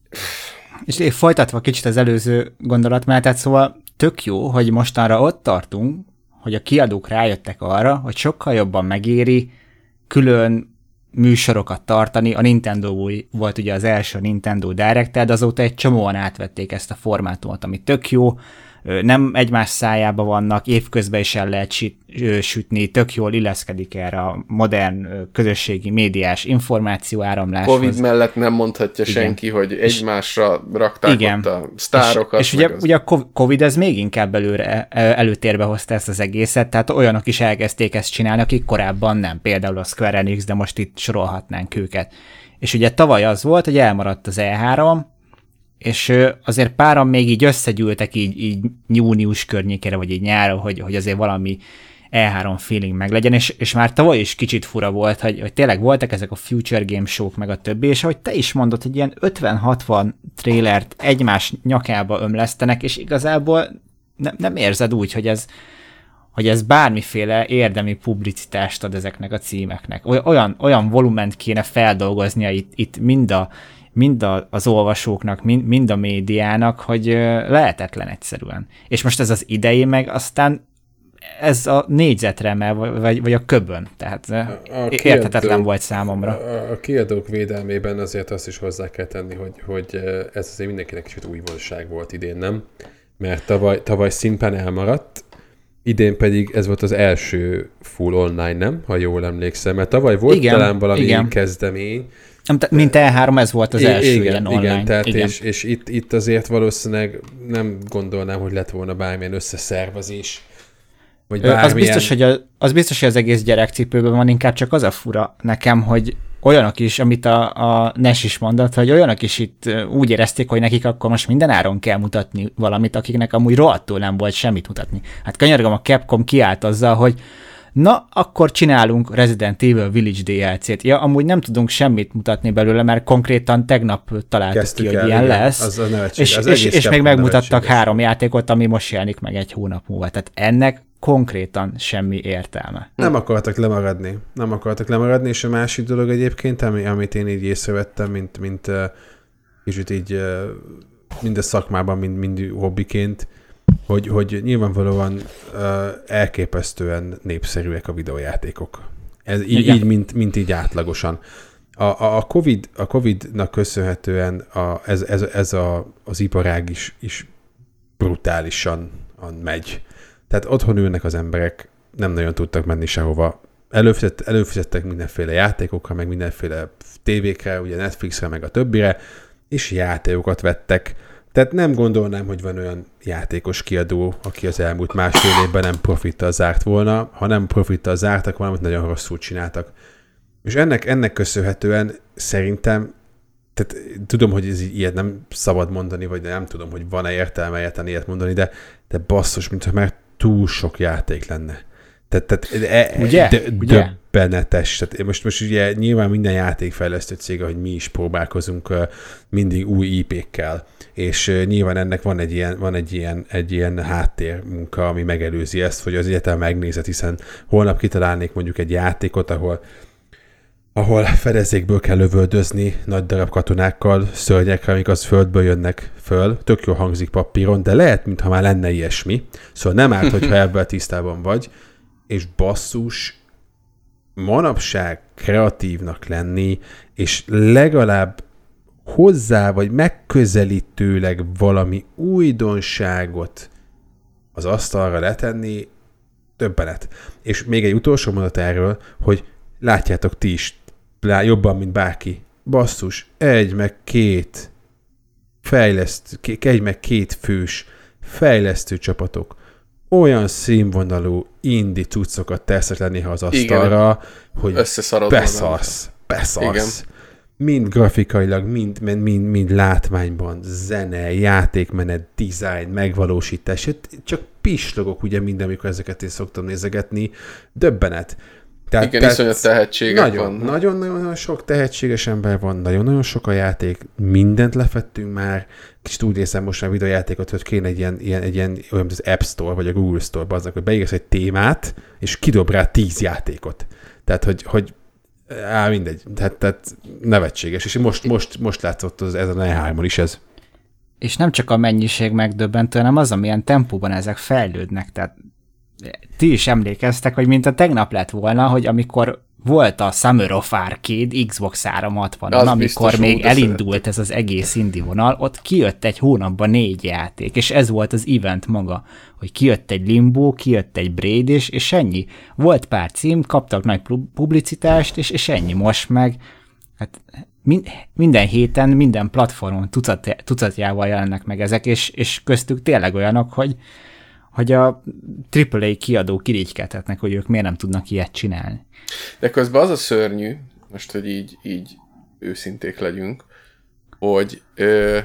és, és folytatva kicsit az előző gondolatmentet, szóval tök jó, hogy mostanra ott tartunk, hogy a kiadók rájöttek arra, hogy sokkal jobban megéri külön műsorokat tartani. A Nintendo volt ugye az első Nintendo Direct-tel, de azóta egy csomóan átvették ezt a formátumot, ami tök jó, nem egymás szájába vannak, évközben is el lehet sütni, tök jól illeszkedik erre a modern közösségi médiás információ áramláshoz. Covid mellett nem mondhatja igen. senki, hogy egymásra rakták igen. ott a sztárokat. És, és ugye, az... ugye a Covid ez még inkább előre, előtérbe hozta ezt az egészet, tehát olyanok is elkezdték ezt csinálni, akik korábban nem, például a Square Enix, de most itt sorolhatnánk őket. És ugye tavaly az volt, hogy elmaradt az E három, és azért páran még így összegyűltek így, így június környékére, vagy így nyáron, hogy, hogy azért valami E három feeling meglegyen, és, és már tavaly is kicsit fura volt, hogy, hogy tényleg voltak ezek a Future Game Show-k, meg a többi, és ahogy te is mondod, hogy ilyen ötven-hatvan trailert egymás nyakába ömlesztenek, és igazából ne, nem érzed úgy, hogy ez, hogy ez bármiféle érdemi publicitást ad ezeknek a címeknek. Olyan, olyan volument kéne feldolgoznia itt, itt mind a mind az olvasóknak, mind, mind a médiának, hogy lehetetlen egyszerűen. És most ez az idei meg aztán ez a négyzetre emel, vagy, vagy a köbön. Tehát a, a érthetetlen kiadó, volt számomra. A, a kiadók védelmében azért azt is hozzá kell tenni, hogy, hogy ez azért mindenkinek kicsit újdonság volt idén, nem? Mert tavaly, tavaly szimplán elmaradt, idén pedig ez volt az első full online, nem? Ha jól emlékszem, mert tavaly volt igen, talán valami igen. kezdemény. Mint E három, ez volt az első igen, ilyen online. Igen, tehát igen. és, és itt, itt azért valószínűleg nem gondolnám, hogy lett volna bármilyen összeszervezés. Vagy bármilyen... az, biztos, hogy a, az biztos, hogy az egész gyerekcipőben van, inkább csak az a fura nekem, hogy olyanok is, amit a, a Nes is mondott, hogy olyanok is itt úgy érezték, hogy nekik akkor most minden áron kell mutatni valamit, akiknek amúgy rohadtul nem volt semmit mutatni. Hát könyörgöm, a Capcom kiállt azzal, hogy na, akkor csinálunk Resident Evil Village dé el cét. Ja, amúgy nem tudunk semmit mutatni belőle, mert konkrétan tegnap találtuk Kezdtük ki, hogy ilyen igen, lesz. Az az és, az és, és még megmutattak három játékot, ami most jelenik meg egy hónap múlva. Tehát ennek konkrétan semmi értelme. Nem akartak lemaradni. Nem akartak lemaradni, és a másik dolog egyébként, ami, amit én így észrevettem, mint, mint uh, kicsit így uh, mind a szakmában, mind, mind hobbiként, hogy, hogy nyilvánvalóan uh, elképesztően népszerűek a videójátékok. Ez így, így mint, mint így átlagosan. A, a, a, COVID, a Covidnak köszönhetően a, ez, ez, ez a, az iparág is, is brutálisan megy. Tehát otthon ülnek az emberek, nem nagyon tudtak menni sehova. Előfizet, előfizettek mindenféle játékokra, meg mindenféle tévékre, ugye Netflixre, meg a többire, és játékokat vettek. Tehát nem gondolnám, hogy van olyan játékos kiadó, aki az elmúlt másfél évben nem profittal zárt volna. Ha nem profittal zártak, valamit nagyon rosszul csináltak. És ennek, ennek köszönhetően szerintem, tehát tudom, hogy ez ilyet nem szabad mondani, vagy nem tudom, hogy van-e értelme egyáltalán ilyet mondani, de, de basszus, mintha már túl sok játék lenne. Tehát, tehát e, ugye? De, ugye? Döbbenetes. Tehát most, most ugye nyilván minden játékfejlesztő cég, hogy mi is próbálkozunk mindig új í pékkel, és nyilván ennek van egy ilyen, van egy ilyen, egy ilyen háttérmunka, ami megelőzi ezt, hogy az egyetem megnézett, hiszen holnap kitalálnék mondjuk egy játékot, ahol ahol fedezékből kell lövöldözni nagy darab katonákkal, szörnyekkel, amik az földből jönnek föl. Tök jól hangzik papíron, de lehet, mintha már lenne ilyesmi. Szóval nem árt, hogyha ebben tisztában vagy. És basszus, manapság kreatívnak lenni, és legalább hozzá, vagy megközelítőleg valami újdonságot az asztalra letenni, döbbenet. És még egy utolsó mondat erről, hogy látjátok ti is jobban, mint bárki. Basszus, egy meg két fejlesztő, egy meg két fős fejlesztő csapatok olyan színvonalú indie cuccokat tesznek le néha az asztalra, igen, hogy beszarsz, beszarsz. Igen. Mind grafikailag, mind, mind, mind látványban, zene, játékmenet, design, megvalósítás. Csak pislogok ugye minden, amikor ezeket én szoktam nézegetni. Döbbenet. Tehát, igen, tehát iszonyat tehetségek nagyon, van. Nagyon-nagyon sok tehetséges ember van, nagyon-nagyon sok a játék, mindent lefettünk már, kicsit úgy érzem most már videójátékot, hogy kéne egy ilyen, ilyen, egy ilyen olyan, mint az App Store, vagy a Google Store, aznak, hogy beírsz egy témát, és kidob rá tíz játékot. Tehát, hogy, hogy á, mindegy, tehát, tehát nevetséges, és most, most, most látszott az, ez a E hármon is ez. És nem csak a mennyiség megdöbbentő, hanem az, amilyen tempóban ezek fejlődnek, tehát ti is emlékeztek, hogy mint a tegnap lett volna, hogy amikor volt a Summer of Arcade Xbox háromszázhatvanon, amikor még elindult ez az egész indie vonal, ott kijött egy hónapban négy játék, és ez volt az event maga, hogy kijött egy Limbo, kijött egy Braid, és, és ennyi. Volt pár cím, kaptak nagy publicitást, és, és ennyi. Most meg hát min, minden héten, minden platformon tucat, tucatjával jelennek meg ezek, és, és köztük tényleg olyanok, hogy hogy a á á á kiadók irigykedhetnek, hogy ők miért nem tudnak ilyet csinálni. De közben az a szörnyű, most, hogy így, így őszinték legyünk, hogy ö,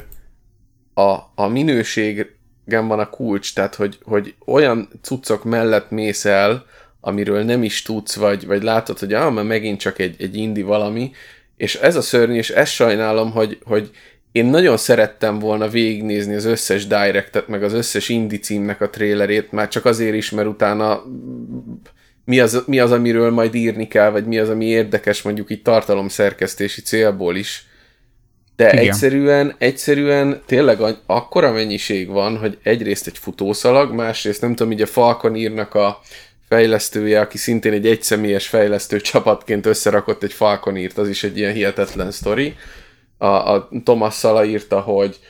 a, a minőségen van a kulcs, tehát hogy, hogy olyan cuccok mellett mész el, amiről nem is tudsz, vagy, vagy látod, hogy ah, mert megint csak egy, egy indie valami, és ez a szörnyű, és ezt sajnálom, hogy, hogy én nagyon szerettem volna végignézni az összes directet, meg az összes indie címnek a trailerét, már csak azért is, mert utána mi az, mi az, amiről majd írni kell, vagy mi az, ami érdekes mondjuk így tartalomszerkesztési célból is. De igen, egyszerűen, egyszerűen tényleg akkora mennyiség van, hogy egyrészt egy futószalag, másrészt nem tudom, így a Falconírnak a fejlesztője, aki szintén egy egyszemélyes fejlesztő csapatként összerakott egy Falconírt, az is egy ilyen hihetetlen sztori. A, a Thomas Szala írta, hogy,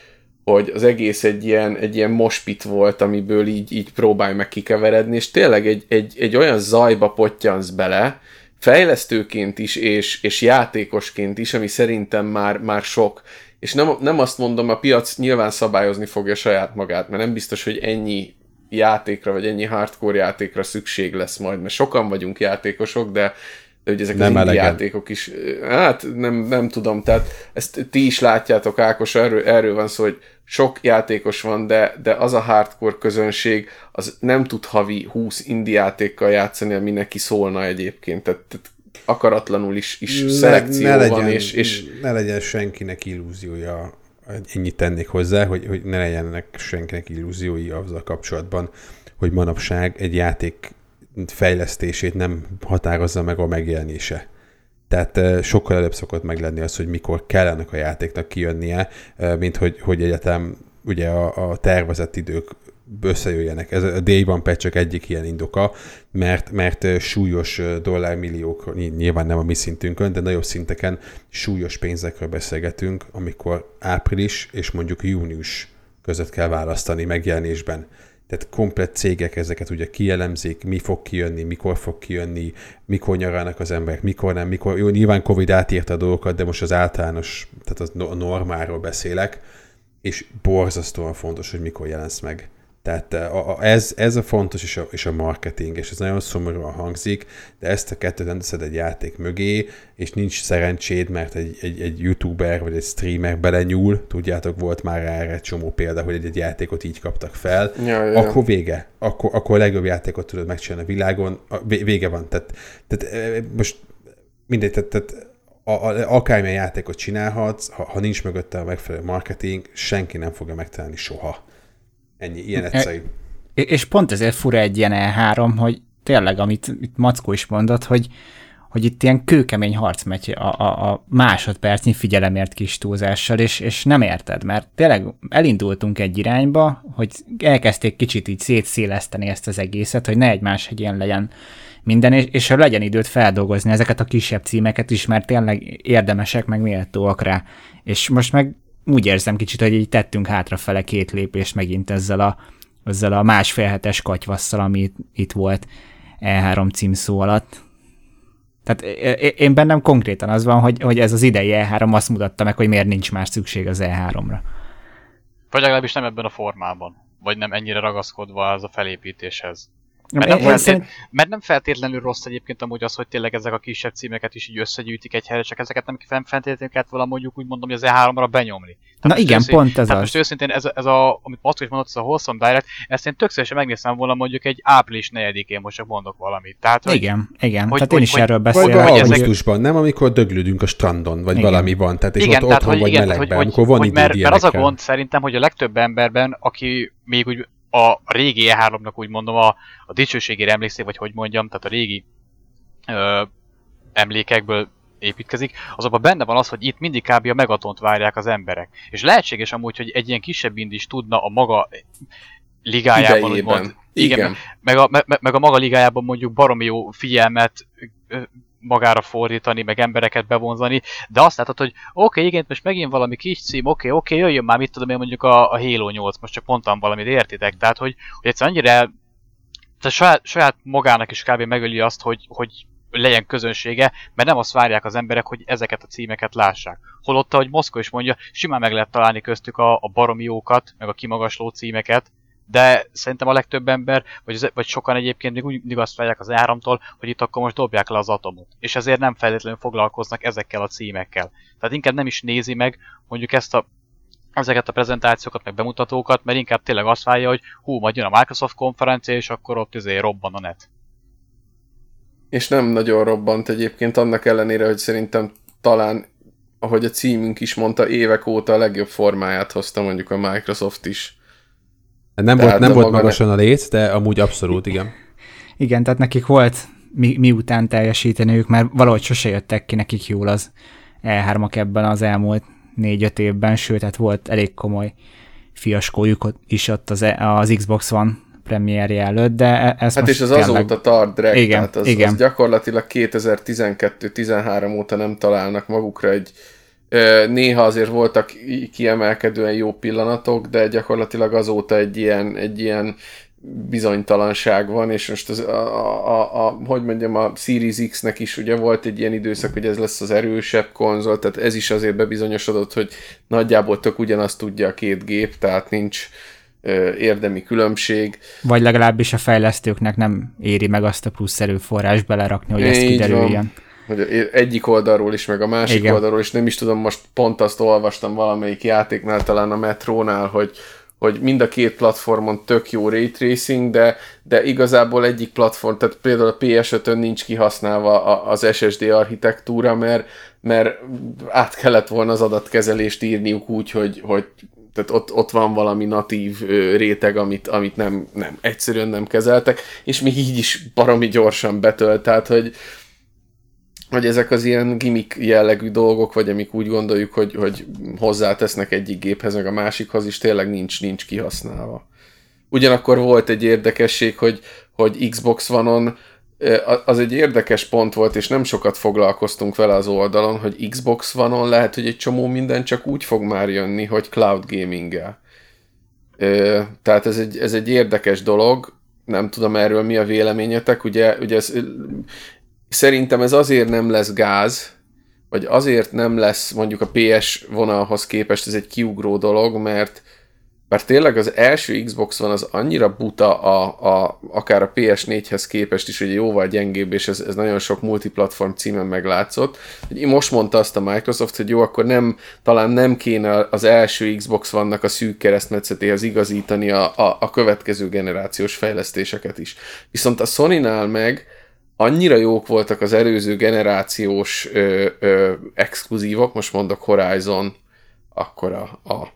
hogy az egész egy ilyen, egy ilyen mospit volt, amiből így, így próbálj meg kikeveredni, és tényleg egy, egy, egy olyan zajba pottyansz bele, fejlesztőként is, és, és játékosként is, ami szerintem már, már sok. És nem, nem azt mondom, a piac nyilván szabályozni fogja saját magát, mert nem biztos, hogy ennyi játékra, vagy ennyi hardcore játékra szükség lesz majd, mert sokan vagyunk játékosok, de, de ugye ezek nem az indie játékok is, hát nem, nem tudom, tehát ezt ti is látjátok, Ákos, erről, erről van szó, hogy sok játékos van, de, de az a hardcore közönség, az nem tud havi húsz indie játékkal játszani, ami neki szólna egyébként, tehát, tehát akaratlanul is, is ne, szelekció ne legyen, van, és, és... Ne legyen senkinek illúziója, ennyit tennék hozzá, hogy, hogy ne legyenek senkinek illúziói azzal kapcsolatban, hogy manapság egy játék fejlesztését nem határozza meg a megjelenése. Tehát sokkal előbb szokott meglenni az, hogy mikor kell ennek a játéknak kijönnie, mint hogy, hogy egyetem ugye a, a tervezett idők összejöjjenek. Ez a Day One Patch csak egyik ilyen indoka, mert, mert súlyos dollármilliók, nyilván nem a mi szintünkön, de nagyobb szinteken súlyos pénzekről beszélgetünk, amikor április és mondjuk június között kell választani megjelenésben. Tehát komplett cégek ezeket ugye kielemzik, mi fog kijönni, mikor fog kijönni, mikor nyaralnak az emberek, mikor nem, mikor. Jó, nyilván Covid átírta a dolgokat, de most az általános, tehát a normáról beszélek, és borzasztóan fontos, hogy mikor jelensz meg. Tehát a, a, ez, ez a fontos, és a, és a marketing, és ez nagyon szomorúan hangzik, de ezt a kettőt nem teszed egy játék mögé, és nincs szerencséd, mert egy, egy, egy youtuber vagy egy streamer belenyúl, tudjátok, volt már erre csomó példa, hogy egy, egy játékot így kaptak fel, ja, ja. akkor vége, akkor, akkor a legjobb játékot tudod megcsinálni a világon, a, vége van. Tehát, tehát most mindegy, tehát, tehát a, a, akármilyen játékot csinálhatsz, ha, ha nincs mögötte a megfelelő marketing, senki nem fogja megtalálni soha. Ennyi, ilyen egyszerű. És pont ezért fura egy ilyen E három, hogy tényleg, amit itt Mackó is mondott, hogy, hogy itt ilyen kőkemény harc megy a, a, a másodpercnyi figyelemért kis túlzással, és, és nem érted, mert tényleg elindultunk egy irányba, hogy elkezdték kicsit így szétszéleszteni ezt az egészet, hogy ne egymás hegyén legyen minden, és, és hogy legyen időt feldolgozni ezeket a kisebb címeket is, mert tényleg érdemesek, meg méltóak rá. És most meg úgy érzem kicsit, hogy így tettünk hátrafele két lépést megint ezzel a, ezzel a másfél hetes katyvasszal, ami itt, itt volt E három címszó alatt. Tehát én bennem konkrétan az van, hogy, hogy ez az idei E három azt mutatta meg, hogy miért nincs már szükség az E háromra. Vagy legalábbis nem ebben a formában. Vagy nem ennyire ragaszkodva az a felépítéshez. Mert nem, feltét... szerint... mert nem feltétlenül rossz egyébként amúgy az, hogy tényleg ezek a kisebb címeket is így összegyűjtik egy helyre, csak ezeket nem feltétlenül kellett volna mondjuk úgy mondom, hogy az E háromra benyomni. Tehát na igen, őszint... pont ez tehát az. Most őszintén ez, ez a, amit Mackó is mondott, ez a Wholesome Direct, ezt én tök szívesen megnéztem volna mondjuk egy április negyedikén, most csak mondok valamit. Tehát, hogy, igen, igen, hogy, tehát hogy, én is hogy, erről beszélek. Vagy augusztusban, nem amikor döglődünk a strandon, vagy igen. valami van, tehát és igen, ott otthon vagy igen, melegben, hogy, amikor van hogy, idő mert, mert az a gond szerintem, hogy a legtöbb emberben, aki még úgy a régi E háromnak úgy mondom, a, a dicsőségére emlékszik, vagy hogy mondjam, tehát a régi ö, emlékekből építkezik, azonban benne van az, hogy itt mindig kb. A Megatont várják az emberek. És lehetséges amúgy, hogy egy ilyen kisebb indie is tudna a maga ligájában, úgymond, igen, igen. Meg, a, meg, meg a maga ligájában mondjuk baromi jó figyelmet ö, magára fordítani, meg embereket bevonzani, de azt látod, hogy oké, okay, igen, most megint valami kis cím, oké, okay, oké, okay, jöjjön már, mit tudom én, mondjuk a, a Halo nyolc, most csak mondtam valamit, értitek? Tehát, hogy, hogy egyszerűen annyira tehát saját, saját magának is kb. Megöli azt, hogy, hogy legyen közönsége, mert nem azt várják az emberek, hogy ezeket a címeket lássák. Holott, ahogy Moszkó is mondja, simán meg lehet találni köztük a, a baromi jókat, meg a kimagasló címeket, de szerintem a legtöbb ember, vagy, vagy sokan egyébként még úgy mindig azt várják az E háromtól, hogy itt akkor most dobják le az atomot. És ezért nem feltétlenül foglalkoznak ezekkel a címekkel. Tehát inkább nem is nézi meg mondjuk ezt a, ezeket a prezentációkat, meg bemutatókat, mert inkább tényleg azt várja, hogy hú, majd jön a Microsoft konferencia, és akkor ott azért robban a net. És nem nagyon robbant egyébként, annak ellenére, hogy szerintem talán, ahogy a címünk is mondta, évek óta a legjobb formáját hozta mondjuk a Microsoft is. Nem tehát volt, nem volt magasan a léc, de amúgy abszolút, igen. Igen, tehát nekik volt mi, miután teljesíteniük, mert valahogy sose jöttek ki nekik jól az E hármak ebben az elmúlt négy-öt évben, sőt, tehát volt elég komoly fiaskójuk is ott az, az Xbox One premierje előtt, de ez hát most és az tényleg... azóta tart direkt, igen, tehát az, igen. az gyakorlatilag kétezer-tizenkettő tizenhárom óta nem találnak magukra egy, Néha azért voltak kiemelkedően jó pillanatok, de gyakorlatilag azóta egy ilyen, egy ilyen bizonytalanság van, és most az, a, a, a, hogy mondjam, a Series X-nek is ugye volt egy ilyen időszak, hogy ez lesz az erősebb konzol, tehát ez is azért bebizonyosodott, hogy nagyjából tök ugyanazt tudja a két gép, tehát nincs ö, érdemi különbség. Vagy legalábbis a fejlesztőknek nem éri meg azt a plusz erőforrás belerakni, hogy ez kiderüljön. Hogy egyik oldalról is, meg a másik Igen. oldalról is, nem is tudom, most pont azt olvastam valamelyik játéknál, talán a Metrónál, hogy hogy mind a két platformon tök jó ray tracing, de, de igazából egyik platform, tehát például a pé es ötön nincs kihasználva az es es dé architektúra, mert, mert át kellett volna az adatkezelést írniuk úgy, hogy, hogy tehát ott, ott van valami natív réteg, amit, amit nem, nem, egyszerűen nem kezeltek, és még így is baromi gyorsan betölt, tehát hogy hogy ezek az ilyen gimmick jellegű dolgok, vagy amik úgy gondoljuk, hogy, hogy hozzátesznek egyik géphez, meg a másikhoz is tényleg nincs, nincs kihasználva. Ugyanakkor volt egy érdekesség, hogy, hogy Xbox One-on az egy érdekes pont volt, és nem sokat foglalkoztunk vele az oldalon, hogy Xbox One-on lehet, hogy egy csomó minden csak úgy fog már jönni, hogy cloud gaming-gel. Tehát ez egy, ez egy érdekes dolog, nem tudom erről mi a véleményetek, ugye, ugye ez... Szerintem ez azért nem lesz gáz, vagy azért nem lesz mondjuk a pé es vonalhoz képest ez egy kiugró dolog, mert, mert tényleg az első Xbox One az annyira buta a, a, akár a pé es négyhez képest is, hogy jóval gyengébb, és ez, ez nagyon sok multiplatform címen meglátszott. Most mondta azt a Microsoft, hogy jó, akkor nem, talán nem kéne az első Xbox One-nak a szűk keresztmetszetéhez igazítani a, a, a következő generációs fejlesztéseket is. Viszont a Sonynál meg annyira jók voltak az előző generációs ö, ö, exkluzívok, most mondok Horizon, akkor a, a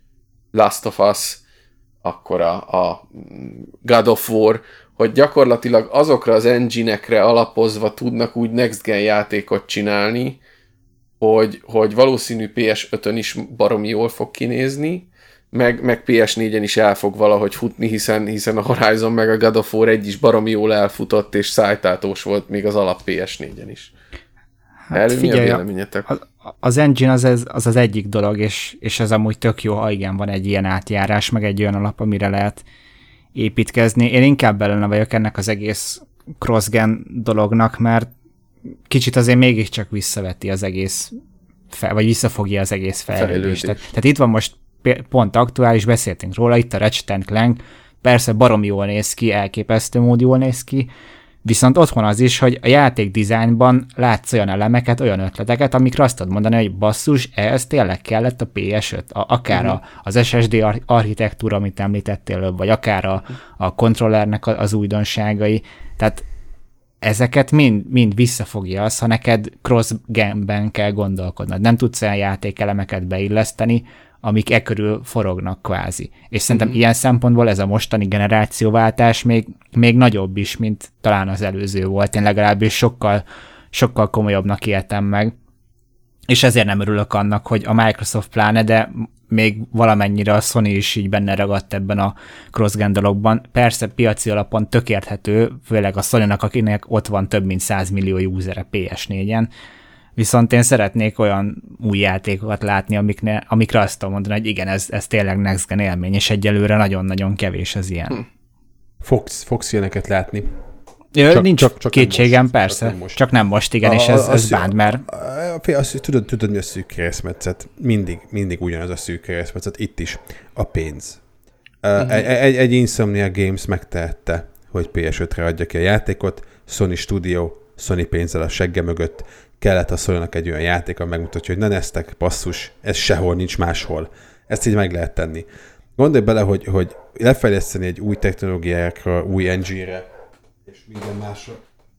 Last of Us, akkor a, a God of War, hogy gyakorlatilag azokra az engine-ekre alapozva tudnak úgy next gen játékot csinálni, hogy, hogy valószínű pé es ötön is baromi jól fog kinézni, meg, meg pé es négyen is el fog valahogy futni, hiszen, hiszen a Horizon meg a God of War egy is baromi jól elfutott, és szájtátós volt még az alap pé es négyen is. Hát erről figyelj, mi a véleményetek? Az, az engine az, az az egyik dolog, és, és ez amúgy tök jó, ha igen, van egy ilyen átjárás, meg egy olyan alap, amire lehet építkezni. Én inkább ellene vagyok ennek az egész cross-gen dolognak, mert kicsit azért mégiscsak visszaveti az egész, fel, vagy visszafogja az egész fejlődést. Tehát, tehát itt van most pont aktuális, beszéltünk róla, itt a Ratchet and Clank, persze baromi jól néz ki, elképesztő mód jól néz ki, viszont ott van az is, hogy a játék dizájnban látsz olyan elemeket, olyan ötleteket, amikre azt tudod mondani, hogy basszus, ez tényleg kellett a pé es öt, a, akár uh-huh. az es es dé ar- architektúra, amit említettél, vagy akár a, a kontrollernek az újdonságai, tehát ezeket mind, mind visszafogja az, ha neked cross-genben kell gondolkodnod. Nem tudsz olyan játékelemeket beilleszteni, amik e körül forognak kvázi. És szerintem mm-hmm. ilyen szempontból ez a mostani generációváltás még, még nagyobb is, mint talán az előző volt. Én legalábbis sokkal, sokkal komolyabbnak éltem meg. És ezért nem örülök annak, hogy a Microsoft pláne, de még valamennyire a Sony is így benne ragadt ebben a cross-gen dologban. Persze piaci alapon tök érthető, főleg a Sony-nak, akinek ott van több mint száz millió usere pé es négyen, viszont én szeretnék olyan új játékokat látni, amikne, amikre azt tudom mondani, hogy igen, ez, ez tényleg next gen élmény, és egyelőre nagyon-nagyon kevés az ilyen. Hm. Fogsz, fogsz ilyeneket látni. Jö, csak, nincs csak, csak kétségem, most, persze. Csak nem most, csak nem most igen, a, és ez, ez bánt, mert... Azt, tudod, tudod, mi a szűk keresztmetszet? Mindig, mindig ugyanaz a szűk keresztmetszet, itt is. A pénz. Uh-huh. Egy, egy, egy Insomniac Games megtehette, hogy pé es ötre adja ki a játékot, Sony Studio, Sony pénzzel a segge mögött, kellett a Sony-nak egy olyan játék, ami megmutatja, hogy ne neztek, basszus, ez sehol nincs máshol. Ezt így meg lehet tenni. Gondolj bele, hogy, hogy lefejleszteni egy új technológiákra, új engine-re, és minden másra,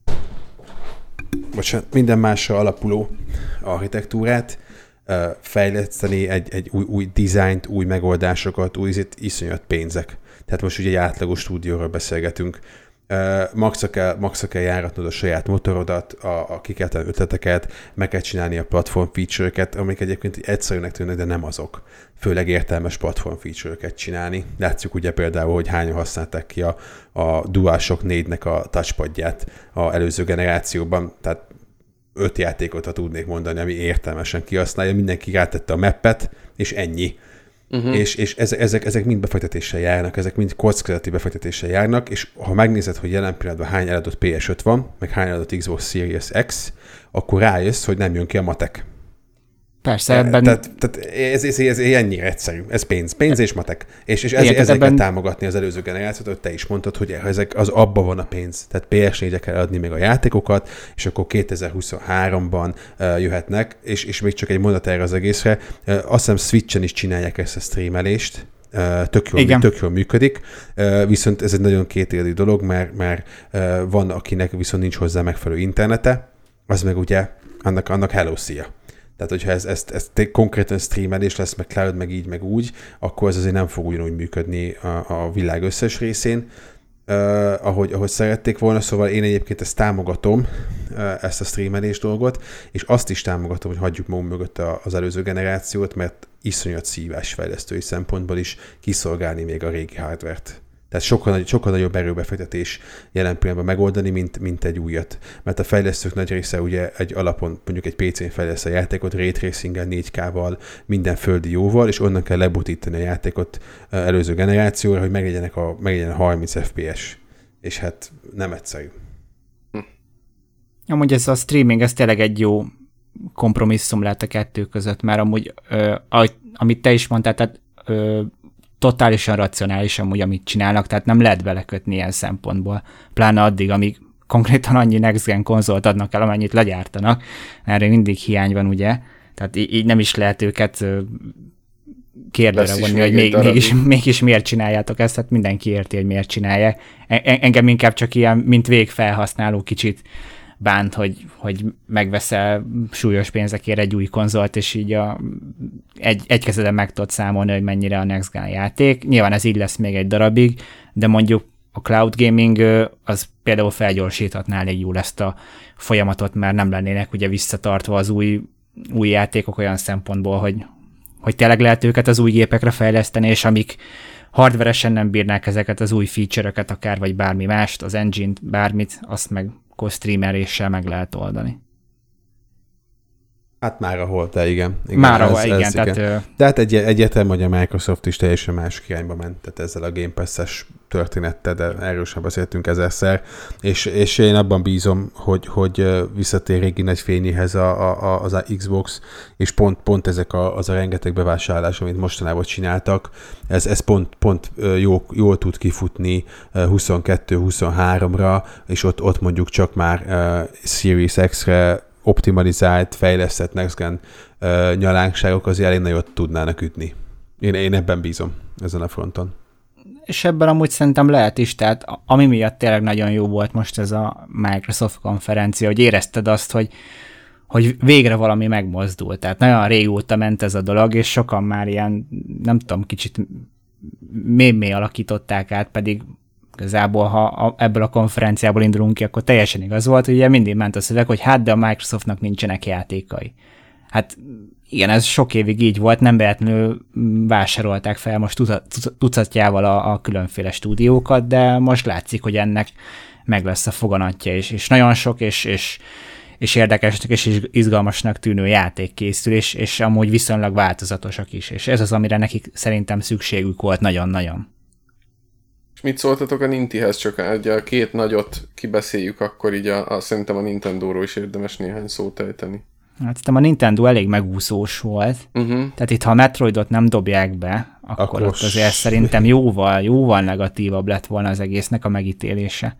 bocsánat, minden másra alapuló architektúrát, fejleszteni egy, egy új, új dizájnt, új megoldásokat, új iszonyat pénzek. Tehát most ugye egy átlagos stúdióról beszélgetünk. Maxra kell, maxra kell járatnod a saját motorodat, a, a kikeltelen ötleteket, meg kell csinálni a platform feature-eket, amik egyébként egyszerűnek tűnnek, de nem azok. Főleg értelmes platform feature-öket csinálni. Látjuk ugye például, hogy hányan használták ki a, a DualShock négynek a touchpadját az előző generációban, tehát öt játékot, ha tudnék mondani, ami értelmesen kihasználja, mindenki rátette a mappet, és ennyi. Uh-huh. És, és ezek, ezek, ezek mind befektetéssel járnak, ezek mind kockázati befektetéssel járnak, és ha megnézed, hogy jelen pillanatban hány eladott pé es öt van, meg hány eladott Xbox Series X, akkor rájössz, hogy nem jön ki a matek. Persze, ebben... Tehát, tehát ez, ez, ez ennyire egyszerű. Ez pénz. Pénz és matek. És, és ezért ezzel ebben... kell támogatni az előző generációt, hogy te is mondtad, hogy ezek az abba van a pénz. Tehát pé es négyre kell adni még a játékokat, és akkor kétezer-huszonháromban uh, jöhetnek, és, és még csak egy mondat erre az egészre. Uh, azt hiszem Switchen is csinálják ezt a streamelést. Uh, tök, jól, tök jól működik, uh, viszont ez egy nagyon kétélű dolog, mert, mert uh, van, akinek viszont nincs hozzá megfelelő internete, az meg ugye annak, annak hello, szia. Tehát, hogyha ez, ez, ez konkrétan streamelés lesz, meg cloud, meg így, meg úgy, akkor ez azért nem fog ugyanúgy működni a, a világ összes részén, uh, ahogy, ahogy szerették volna. Szóval én egyébként ezt támogatom, uh, ezt a streamelés dolgot, és azt is támogatom, hogy hagyjuk magunk mögött az előző generációt, mert iszonyat szívás fejlesztői szempontból is kiszolgálni még a régi hardvert. Tehát sokkal, sokkal nagyobb erőbefektetés jelen pillanatban megoldani, mint, mint egy újat. Mert a fejlesztők nagy része ugye egy alapon, mondjuk egy pé cén fejleszt a játékot, ray tracing-gel, négy ká-val, minden földi jóval, és onnan kell lebutítani a játékot előző generációra, hogy meglegyenek a, meglegyen a harminc ef pé es. És hát nem egyszerű. Hm. Amúgy ez a streaming, ez tényleg egy jó kompromisszum lehet a kettő között, mert amúgy, ö, amit te is mondtál, tehát ö, totálisan racionális amúgy, amit csinálnak, tehát nem lehet belekötni ilyen szempontból. Pláne addig, amíg konkrétan annyi next gen konzolt adnak el, amennyit legyártanak. Erre mindig hiány van, ugye? Tehát így, így nem is lehet őket kérdőre vonni, hogy még, mégis, mégis miért csináljátok ezt, tehát mindenki érti, hogy miért csinálják. Engem inkább csak ilyen, mint végfelhasználó kicsit bánt, hogy, hogy megveszel súlyos pénzekért egy új konzolt, és így a, egy, egy kezeden meg tudod számolni, hogy mennyire a next gen játék. Nyilván ez így lesz még egy darabig, de mondjuk a cloud gaming az például felgyorsíthatná elég jól ezt a folyamatot, mert nem lennének ugye visszatartva az új, új játékok olyan szempontból, hogy, hogy tényleg lehet őket az új gépekre fejleszteni, és amik hardveresen nem bírnák ezeket az új feature-öket akár, vagy bármi mást, az engine-t, bármit, azt meg streameléssel meg lehet oldani. Hát már ahol, de igen. igen már ahol, ez, igen. Ez, tehát, igen. De hát egy, egyértelmű, hogy a Microsoft is teljesen más irányba ment, tehát ezzel a Game Pass-es történettel, de erről sem beszéltünk ezerszer, és, és én abban bízom, hogy, hogy visszatér régi nagy fényéhez a, a, az Xbox, és pont, pont ezek a, az a rengeteg bevásárlás, amit mostanában csináltak, ez, ez pont, pont jó, jól tud kifutni huszonkettő huszonháromra, és ott, ott mondjuk csak már uh, Series X-re optimalizált, fejlesztett next gen uh, nyalánkságok azért elég nagyot tudnának ütni. Én, én ebben bízom, ezen a fronton. És ebben amúgy szerintem lehet is, tehát ami miatt tényleg nagyon jó volt most ez a Microsoft konferencia, hogy érezted azt, hogy, hogy végre valami megmozdult. Tehát nagyon régóta ment ez a dolog, és sokan már ilyen, nem tudom, kicsit mémé alakították át, pedig igazából, ha ebből a konferenciából indulunk ki, akkor teljesen igaz volt, hogy ugye mindig ment a szöveg, hogy hát, de a Microsoftnak nincsenek játékai. Hát igen, ez sok évig így volt, nem véletlenül vásárolták fel most tucatjával a, a különféle stúdiókat, de most látszik, hogy ennek meg lesz a foganatja, és, és nagyon sok, és, és, és érdekesnek, és izgalmasnak tűnő játék készül, és, és amúgy viszonylag változatosak is, és ez az, amire nekik szerintem szükségük volt nagyon-nagyon. És mit szóltatok a Nintihez? Csak a két nagyot kibeszéljük, akkor így a, a, szerintem a Nintendóról is érdemes néhány szót ejteni. Hát szerintem a Nintendo elég megúszós volt. Uh-huh. Tehát itt, ha a Metroidot nem dobják be, akkor, akkor ott azért szerintem jóval, jóval negatívabb lett volna az egésznek a megítélése.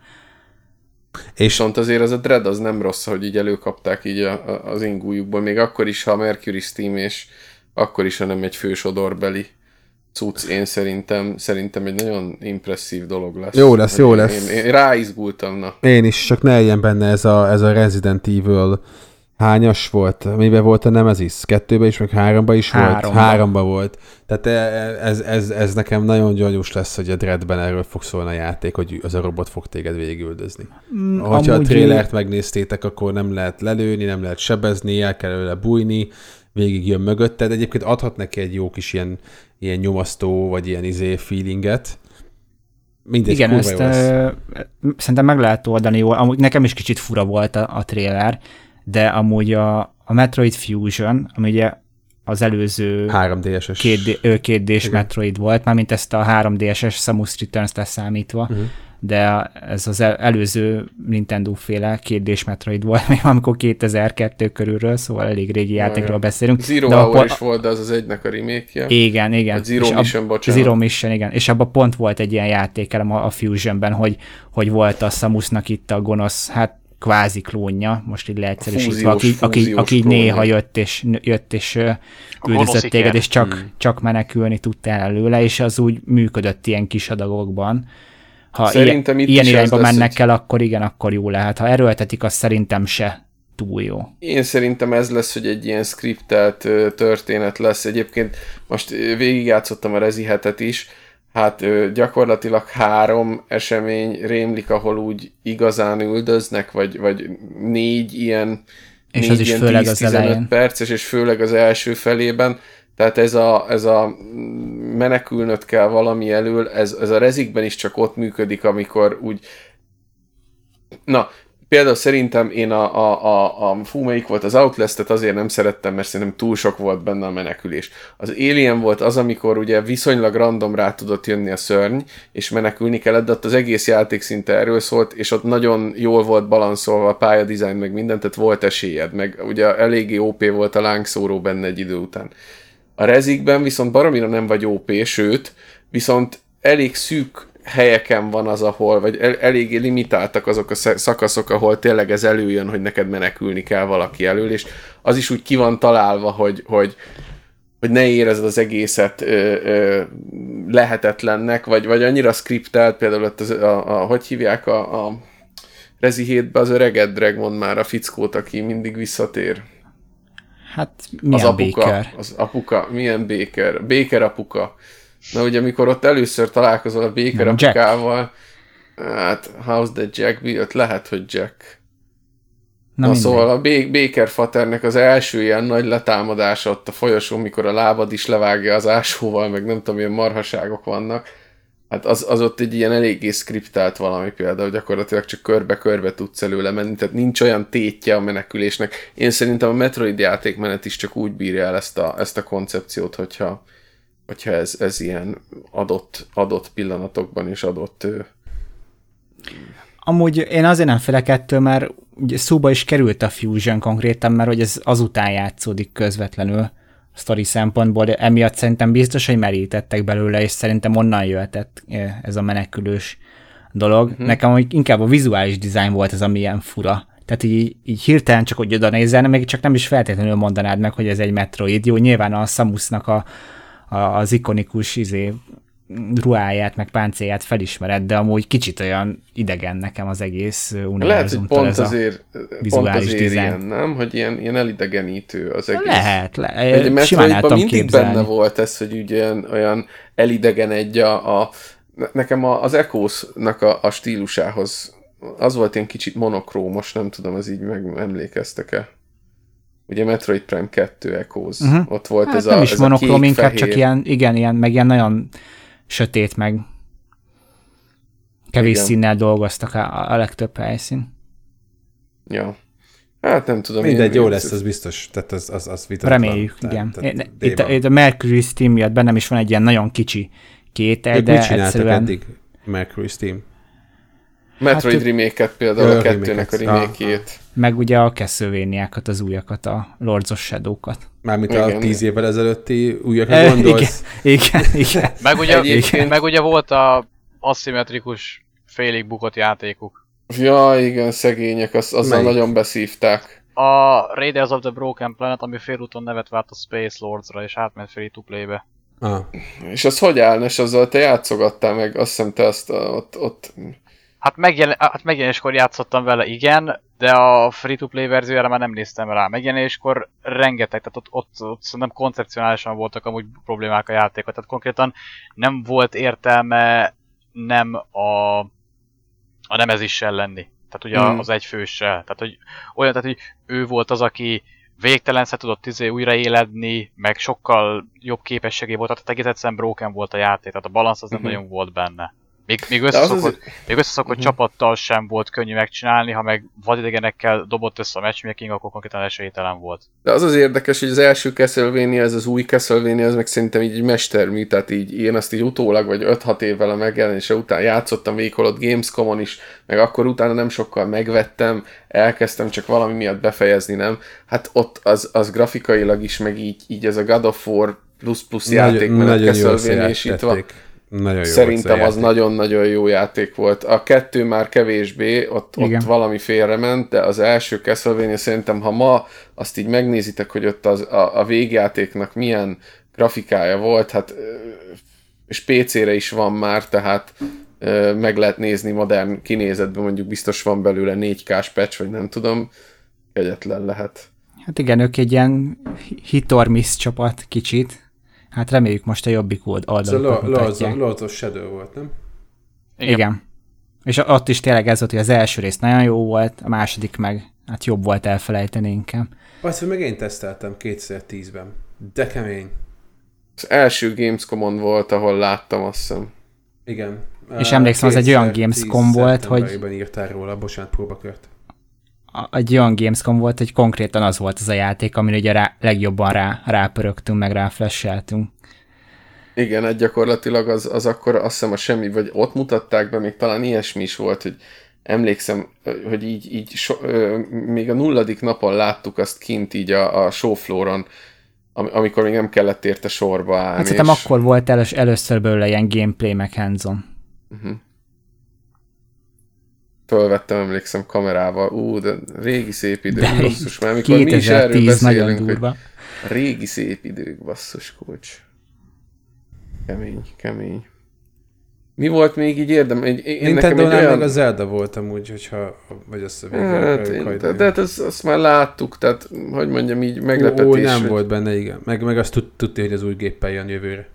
És viszont azért az a Dread az nem rossz, hogy így előkapták így a, a, az ingújukból, még akkor is, ha a Mercury Steam, és akkor is, ha nem egy fősodorbeli cucc, én szerintem, szerintem egy nagyon impresszív dolog lesz. Jó lesz, jó én, lesz. Én, én ráizgultam, na. Én is, csak ne legyen benne ez a, ez a Resident Evil. Hányas volt? Miben volt a Nemesis? Kettőben is, meg háromban is Háromba. volt? Háromban volt. Tehát ez, ez, ez nekem nagyon gyanús lesz, hogy a Dreadben erről fog szólni a játék, hogy az a robot fog téged végigüldözni. Mm, ha a trélert megnéztétek, akkor nem lehet lelőni, nem lehet sebezni, el kell előle bújni, végig jön mögötted. Egyébként adhat neki egy jó kis ilyen, ilyen nyomasztó, vagy ilyen izé feelinget. Mindegy, igen, ezt ö, szerintem meg lehet oldani jól. Amúgy nekem is kicsit fura volt a, a trailer. de amúgy a, a Metroid Fusion, ami ugye az előző három dé es-es két dés Metroid volt, mármint ezt a három dé es-es Samus Returns leszámítva, uh-huh. de ez az előző Nintendo-féle két dés Metroid volt, még amikor kétezer-kettő körülről, szóval elég régi játékról beszélünk. Zero de Hour po- is volt, de az az egynek a remake-je. Igen, igen. A Zero Mission, bocsánat. Zero Mission, igen. És abban pont volt egy ilyen játékelem a, a Fusionben, hogy, hogy volt a Samusnak itt a gonosz, hát kvázi klónja, most így leegyszerűsítve, aki, aki, aki néha jött és, jött és üldözött téged, és csak, hmm. csak menekülni tudtál előle, és az úgy működött ilyen kis adagokban. Ha szerintem ilyen, ilyen irányba mennek lesz, el, akkor igen, akkor jó lehet. Ha erőltetik, az szerintem se túl jó. Én szerintem ez lesz, hogy egy ilyen skriptelt történet lesz. Egyébként most végigjátszottam a Rezi hetet is, hát gyakorlatilag három esemény rémlik, ahol úgy igazán üldöznek, vagy, vagy négy ilyen, és négy az is ilyen főleg az elején. perces, és főleg az első felében. Tehát ez a, ez a menekülnöd kell valami elől, ez, ez a rezikben is csak ott működik, amikor úgy... Na, például szerintem én a, a, a, a fú, melyik volt, az Outlast-et azért nem szerettem, mert szerintem túl sok volt benne a menekülés. Az Alien volt az, amikor ugye viszonylag random rá tudott jönni a szörny, és menekülni kellett, de ott az egész játék szinte erről szólt, és ott nagyon jól volt balanszolva a pályadizájn, meg mindent, tehát volt esélyed, meg ugye eléggé ó pé volt a lángszóró benne egy idő után. A rezikben viszont baromira nem vagy ó pé, sőt, viszont elég szűk helyeken van az, ahol, vagy el, eléggé limitáltak azok a szakaszok, ahol tényleg ez előjön, hogy neked menekülni kell valaki elől, és az is úgy ki van találva, hogy, hogy, hogy ne érezd az egészet ö, ö, lehetetlennek, vagy, vagy annyira skriptelt, például ott az, a, a, hogy hívják a, a Rezi hétben az öreged Dragmon már a fickót, aki mindig visszatér. Hát milyen az apuka, Baker? Az apuka, milyen Baker? Baker apuka. Na ugye, amikor ott először találkozol a Baker Nem, apukával, Jack. Hát, how's that Jack be? Lehet, hogy Jack. Na, Na szóval a Baker faternek az első ilyen nagy letámadása ott a folyosón, mikor a lábad is levágja az ásóval, meg nem tudom, milyen marhaságok vannak. Hát az, az ott egy ilyen eléggé skriptált valami például, gyakorlatilag csak körbe-körbe tudsz előle menni, tehát nincs olyan tétje a menekülésnek. Én szerintem a Metroid játékmenet is csak úgy bírja el ezt a, ezt a koncepciót, hogyha, hogyha ez, ez ilyen adott, adott pillanatokban is adott... Amúgy én azért nem félek ettől, mert ugye szóba is került a Fusion konkrétan, mert hogy ez azután játszódik közvetlenül sztori szempontból, de emiatt szerintem biztos, hogy merítettek belőle, és szerintem onnan jöhetett ez a menekülős dolog. Uh-huh. Nekem hogy inkább a vizuális dizájn volt az, ami ilyen fura. Tehát így, így hirtelen csak, hogy oda nézel, még csak nem is feltétlenül mondanád meg, hogy ez egy Metroid. Jó, nyilván a Samusnak a, a, az ikonikus izé, ruháját, meg páncélját felismered, de amúgy kicsit olyan idegen nekem az egész univerzumtól. Lehet, hogy pont azért, pont azért ilyen, nem? Hogy ilyen, ilyen elidegenítő az egész. Lehet, le, simán el tudom mindig képzelni. Benne volt ez, hogy ugye olyan, olyan elidegen egy a, a nekem a, az Echoes-nak a, a stílusához az volt ilyen kicsit monokrómos, nem tudom, az így meg emlékeztek-e. Ugye Metroid Prime kettő Echoes. Uh-huh. Ott volt hát ez nem a, is ez monokróm, a inkább kék-fehér. Csak ilyen, igen, ilyen, meg ilyen nagyon sötét, meg kevés igen. színnel dolgoztak a, a legtöbb helyszín. Ja. Hát nem tudom. Mindegy, jó lesz, az biztos. Tehát az, az, az vitatlan. Reméljük, tehát, igen. Tehát itt, a, itt a Mercury Steam miatt bennem is van egy ilyen nagyon kicsi kétel, ők de mit csináltak egyszerűen... eddig Mercury Steam? Metroid hát, remake-et például, a kettőnek a remake-jét. Ah, meg ugye a Castlevania-kat, az újakat, a Lords of Shadow-kat. Mármint igen. A tíz évvel ezelőtti újakra gondolsz? Igen, igen, igen. Meg ugye, igen. Meg ugye volt a aszimmetrikus félig bukott játékuk. Ja, igen, szegények, az, azzal Melyik? Nagyon beszívták. A Raiders of the Broken Planet, ami félúton nevet vált a Space Lords-ra, és átment free-to-play-be. Ah. És az hogy állna, és azzal te játszogattál meg? Azt hiszem te azt ott... ott... Hát, megjelen, hát megjelenéskor játszottam vele, igen, de a free-to-play verziójára már nem néztem rá. Megjelenéskor rengeteg, tehát ott, ott, ott szerintem koncepcionálisan voltak amúgy problémák a játékot. Tehát konkrétan nem volt értelme nem a, a nemezissel lenni. Tehát ugye hmm. az egyfőssel. Tehát hogy olyan, tehát hogy ő volt az, aki végtelenszer tudott izé újraéledni, meg sokkal jobb képességé volt, tehát egész egyszerűen broken volt a játék, tehát a balansz az nem uh-huh. nagyon volt benne. Még, még összeszokott, még összeszokott uh-huh. csapattal sem volt könnyű megcsinálni, ha meg vadidegenekkel dobott össze a matchmaking, akkor konkrétan esélytelen volt. De az az érdekes, hogy az első Castlevania, ez az új Castlevania, ez meg szerintem így mestermű, tehát így én azt így utólag, vagy öt-hat évvel a megjelenése után játszottam végig, ott Gamescomon is, meg akkor utána nem sokkal megvettem, elkezdtem csak valami miatt befejezni, nem? Hát ott az, az grafikailag is, meg így, így ez a God of War plusz-plusz játékmenet Castlevania is itt van. Nagyon jó Szerintem az nagyon-nagyon jó játék volt. A kettő már kevésbé, ott, ott valami félrement, de az első Castlevania szerintem, ha ma azt így megnézitek, hogy ott az, a, a végjátéknak milyen grafikája volt, hát és pé cére is van már, tehát meg lehet nézni modern kinézetben, mondjuk biztos van belőle négy kás patch, vagy nem tudom, kegyetlen lehet. Hát igen, ők egy ilyen hit or miss csapat kicsit. Hát reméljük most a jobbik oldalon mutatják. Lords of Shadow volt, nem? Igen. Igen. És ott is tényleg ez volt, hogy az első rész nagyon jó volt, a második meg hát jobb volt elfelejteni inkább. Azt, hogy meg én teszteltem kétezer-tízben. De kemény. Az első Gamescomon volt, ahol láttam, azt hiszem. Igen. És uh, emlékszem, az egy olyan Gamescom volt, hogy... írtál róla, bocsánat, próbakört. Egy olyan Gamescom volt, hogy konkrétan az volt az a játék, amire ugye rá, legjobban rá, rápörögtünk, meg ráflasheltünk. Igen, egy gyakorlatilag az, az akkor azt hiszem a semmi, vagy ott mutatták be, még talán ilyesmi is volt, hogy emlékszem, hogy így, így so, még a nulladik napon láttuk azt kint így a, a showflooron, amikor még nem kellett érte sorba állni. Hát szerintem és... akkor volt elős, először belőle ilyen gameplay meg hands-on. Uh-huh. Fölvettem, emlékszem, kamerával. Ú, de régi szép idők, basszus. Már mikor mi is erről beszélünk, hogy régi szép idők, basszus, kulcs. Kemény, kemény. Mi volt még így érdem? Nintendo-nál olyan... meg a Zelda volt amúgy, hogyha, vagy azt a végre. Hát, én, de, de hát azt, azt már láttuk, tehát, hogy mondjam így, meglepetés. Ó, nem hogy... volt benne, igen. Meg, meg azt tud, tudti, hogy az új géppel jön jövőre.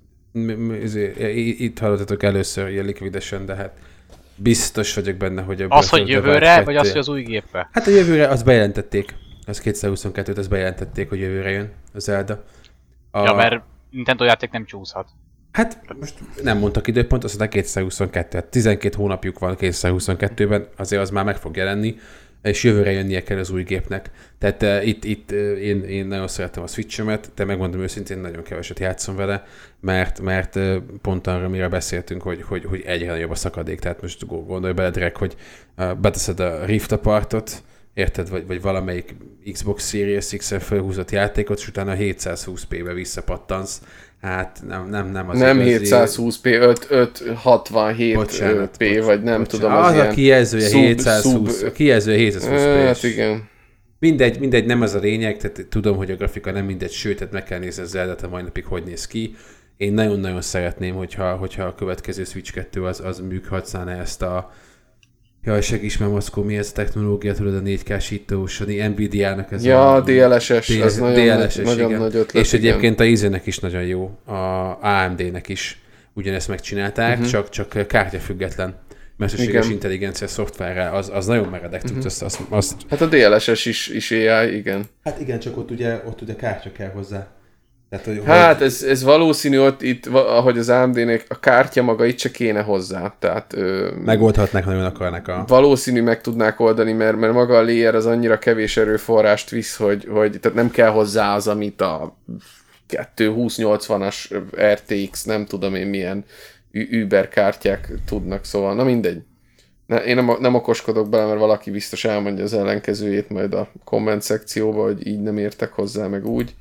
Itt hallottatok először ilyen likvidesen, de hát biztos vagyok benne, hogy... Az, hogy jövőre, vagy az, hogy az új géppel? Hát a jövőre, azt bejelentették. Az kétezer-huszonkettőt, azt bejelentették, hogy jövőre jön a Zelda. A... Ja, mert Nintendo játék nem csúszhat. Hát most nem mondtak időpont, azt mondták kétezer-huszonkettő. Hát tizenkét hónapjuk van kétezer-huszonkettőben, azért az már meg fog jelenni, és jövőre jönnie kell az új gépnek. Tehát uh, itt, itt uh, én, én nagyon szeretem a Switch-emet, de megmondom őszintén, nagyon keveset játszom vele, mert, mert uh, pont arra, mire beszéltünk, hogy, hogy, hogy egyre nagyobb a szakadék. Tehát most gondolj bele, Drek, hogy uh, beteszed a Rift Apartot, érted, vagy, vagy valamelyik Xbox Series X-en felhúzott játékot, és utána hétszázhúsz pé-be visszapattansz. Hát nem, nem, nem az nem igazi... hétszázhúsz pé, ötszázhatvanhét pé, vagy nem bocsánat. Tudom, az, az ilyen... a kijelzője szub, hétszázhúsz, szub... a kijelzője hétszázhúsz pé. Hát igen. Mindegy, mindegy, nem az a lényeg, tehát tudom, hogy a grafika nem mindegy, sőt, tehát meg kell nézni a Zeldát, a mai napig hogy néz ki. Én nagyon-nagyon szeretném, hogyha, hogyha a következő Switch kettő az, az működhatna ezt a... Jaj, segíts már, Maszkó, mi ez a technológia, tudod, a négy ká-sítós, a Nvidia-nak ez ja, a... Ja, dé el es-es, az nagyon, dé el es-es, nagyon nagy ötlet. És egyébként a Izének is nagyon jó, a á em dé-nek is ugyanezt megcsinálták, uh-huh. csak, csak kártyafüggetlen. Mesterséges intelligencia szoftverrel, az, az nagyon meredek uh-huh. tudsz azt, azt... Hát a dé el es-es is, is á i, igen. Hát igen, csak ott ugye, ott ugye kártya kell hozzá. Tehát, hogy hát hogy... ez, ez valószínű, ott itt, ahogy az á em dé-nek a kártya maga itt se kéne hozzá. Tehát, ö, megoldhatnák, nagyon akarnak a... Valószínű meg tudnák oldani, mert, mert maga a layer az annyira kevés erőforrást visz, hogy, hogy tehát nem kell hozzá az, amit a kétszázhúsz nyolcvanas er té iksz, nem tudom én milyen Uber kártyák tudnak, szóval na mindegy. Ne, én nem, nem okoskodok bele, mert valaki biztos elmondja az ellenkezőjét majd a komment szekcióba, hogy így nem értek hozzá, meg úgy.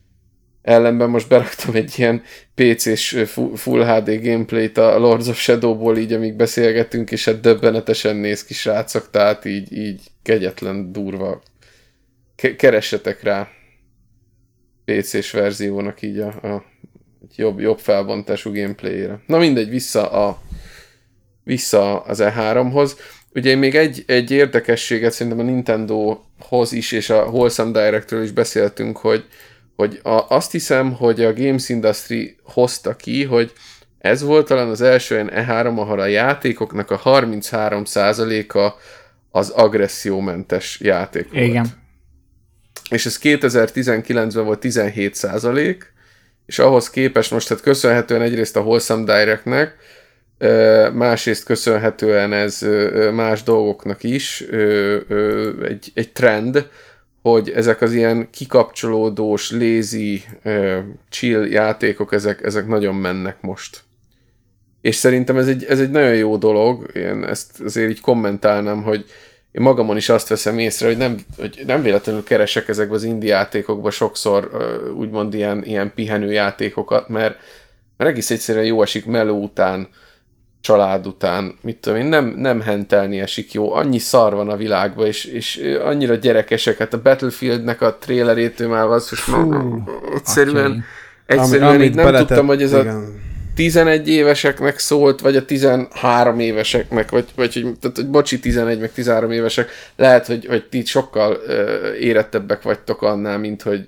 Ellenben most beraktam egy ilyen pé cés Full há dé gameplayt a Lords of Shadowból, így amíg beszélgettünk, és hát döbbenetesen néz ki, srácok, tehát így, így kegyetlen, durva. Ke- keressetek rá pé cés verziónak így a, a jobb, jobb felbontású gameplayére. Na mindegy, vissza, a, vissza az E háromhoz. Ugye még egy, egy érdekességet szerintem a Nintendohoz is, és a Wholesome Directről is beszéltünk, hogy hogy a, azt hiszem, hogy a Games Industry hozta ki, hogy ez volt talán az első olyan E három, ahol a játékoknak a harminchárom százaléka az agressziómentes játék volt. Igen. És ez kétezer-tizenkilencben volt tizenhét százalék, és ahhoz képest most, hát köszönhetően egyrészt a Wholesome Directnek, másrészt köszönhetően ez más dolgoknak is egy, egy trend, hogy ezek az ilyen kikapcsolódós, lazy, chill játékok, ezek, ezek nagyon mennek most. És szerintem ez egy, ez egy nagyon jó dolog, én ezt azért így kommentálnám, hogy én magamon is azt veszem észre, hogy nem, hogy nem véletlenül keresek ezekbe az indie játékokba sokszor úgymond ilyen, ilyen pihenő játékokat, mert, mert egész egyszerűen jó esik meló után, család után, mit tudom én, nem, nem hentelni esik jó, annyi szar van a világban, és, és annyira gyerekesek, hát a Battlefieldnek a trailerétől már az, hogy Fú, egyszerűen, okay. egyszerűen Ami, nem beletett, tudtam, hogy ez igen. a tizenegy éveseknek szólt, vagy a tizenhárom éveseknek, vagy, vagy hogy, tehát, hogy bocsi, tizenegy, meg tizenhárom évesek, lehet, hogy, hogy ti sokkal uh, érettebbek vagytok annál, mint hogy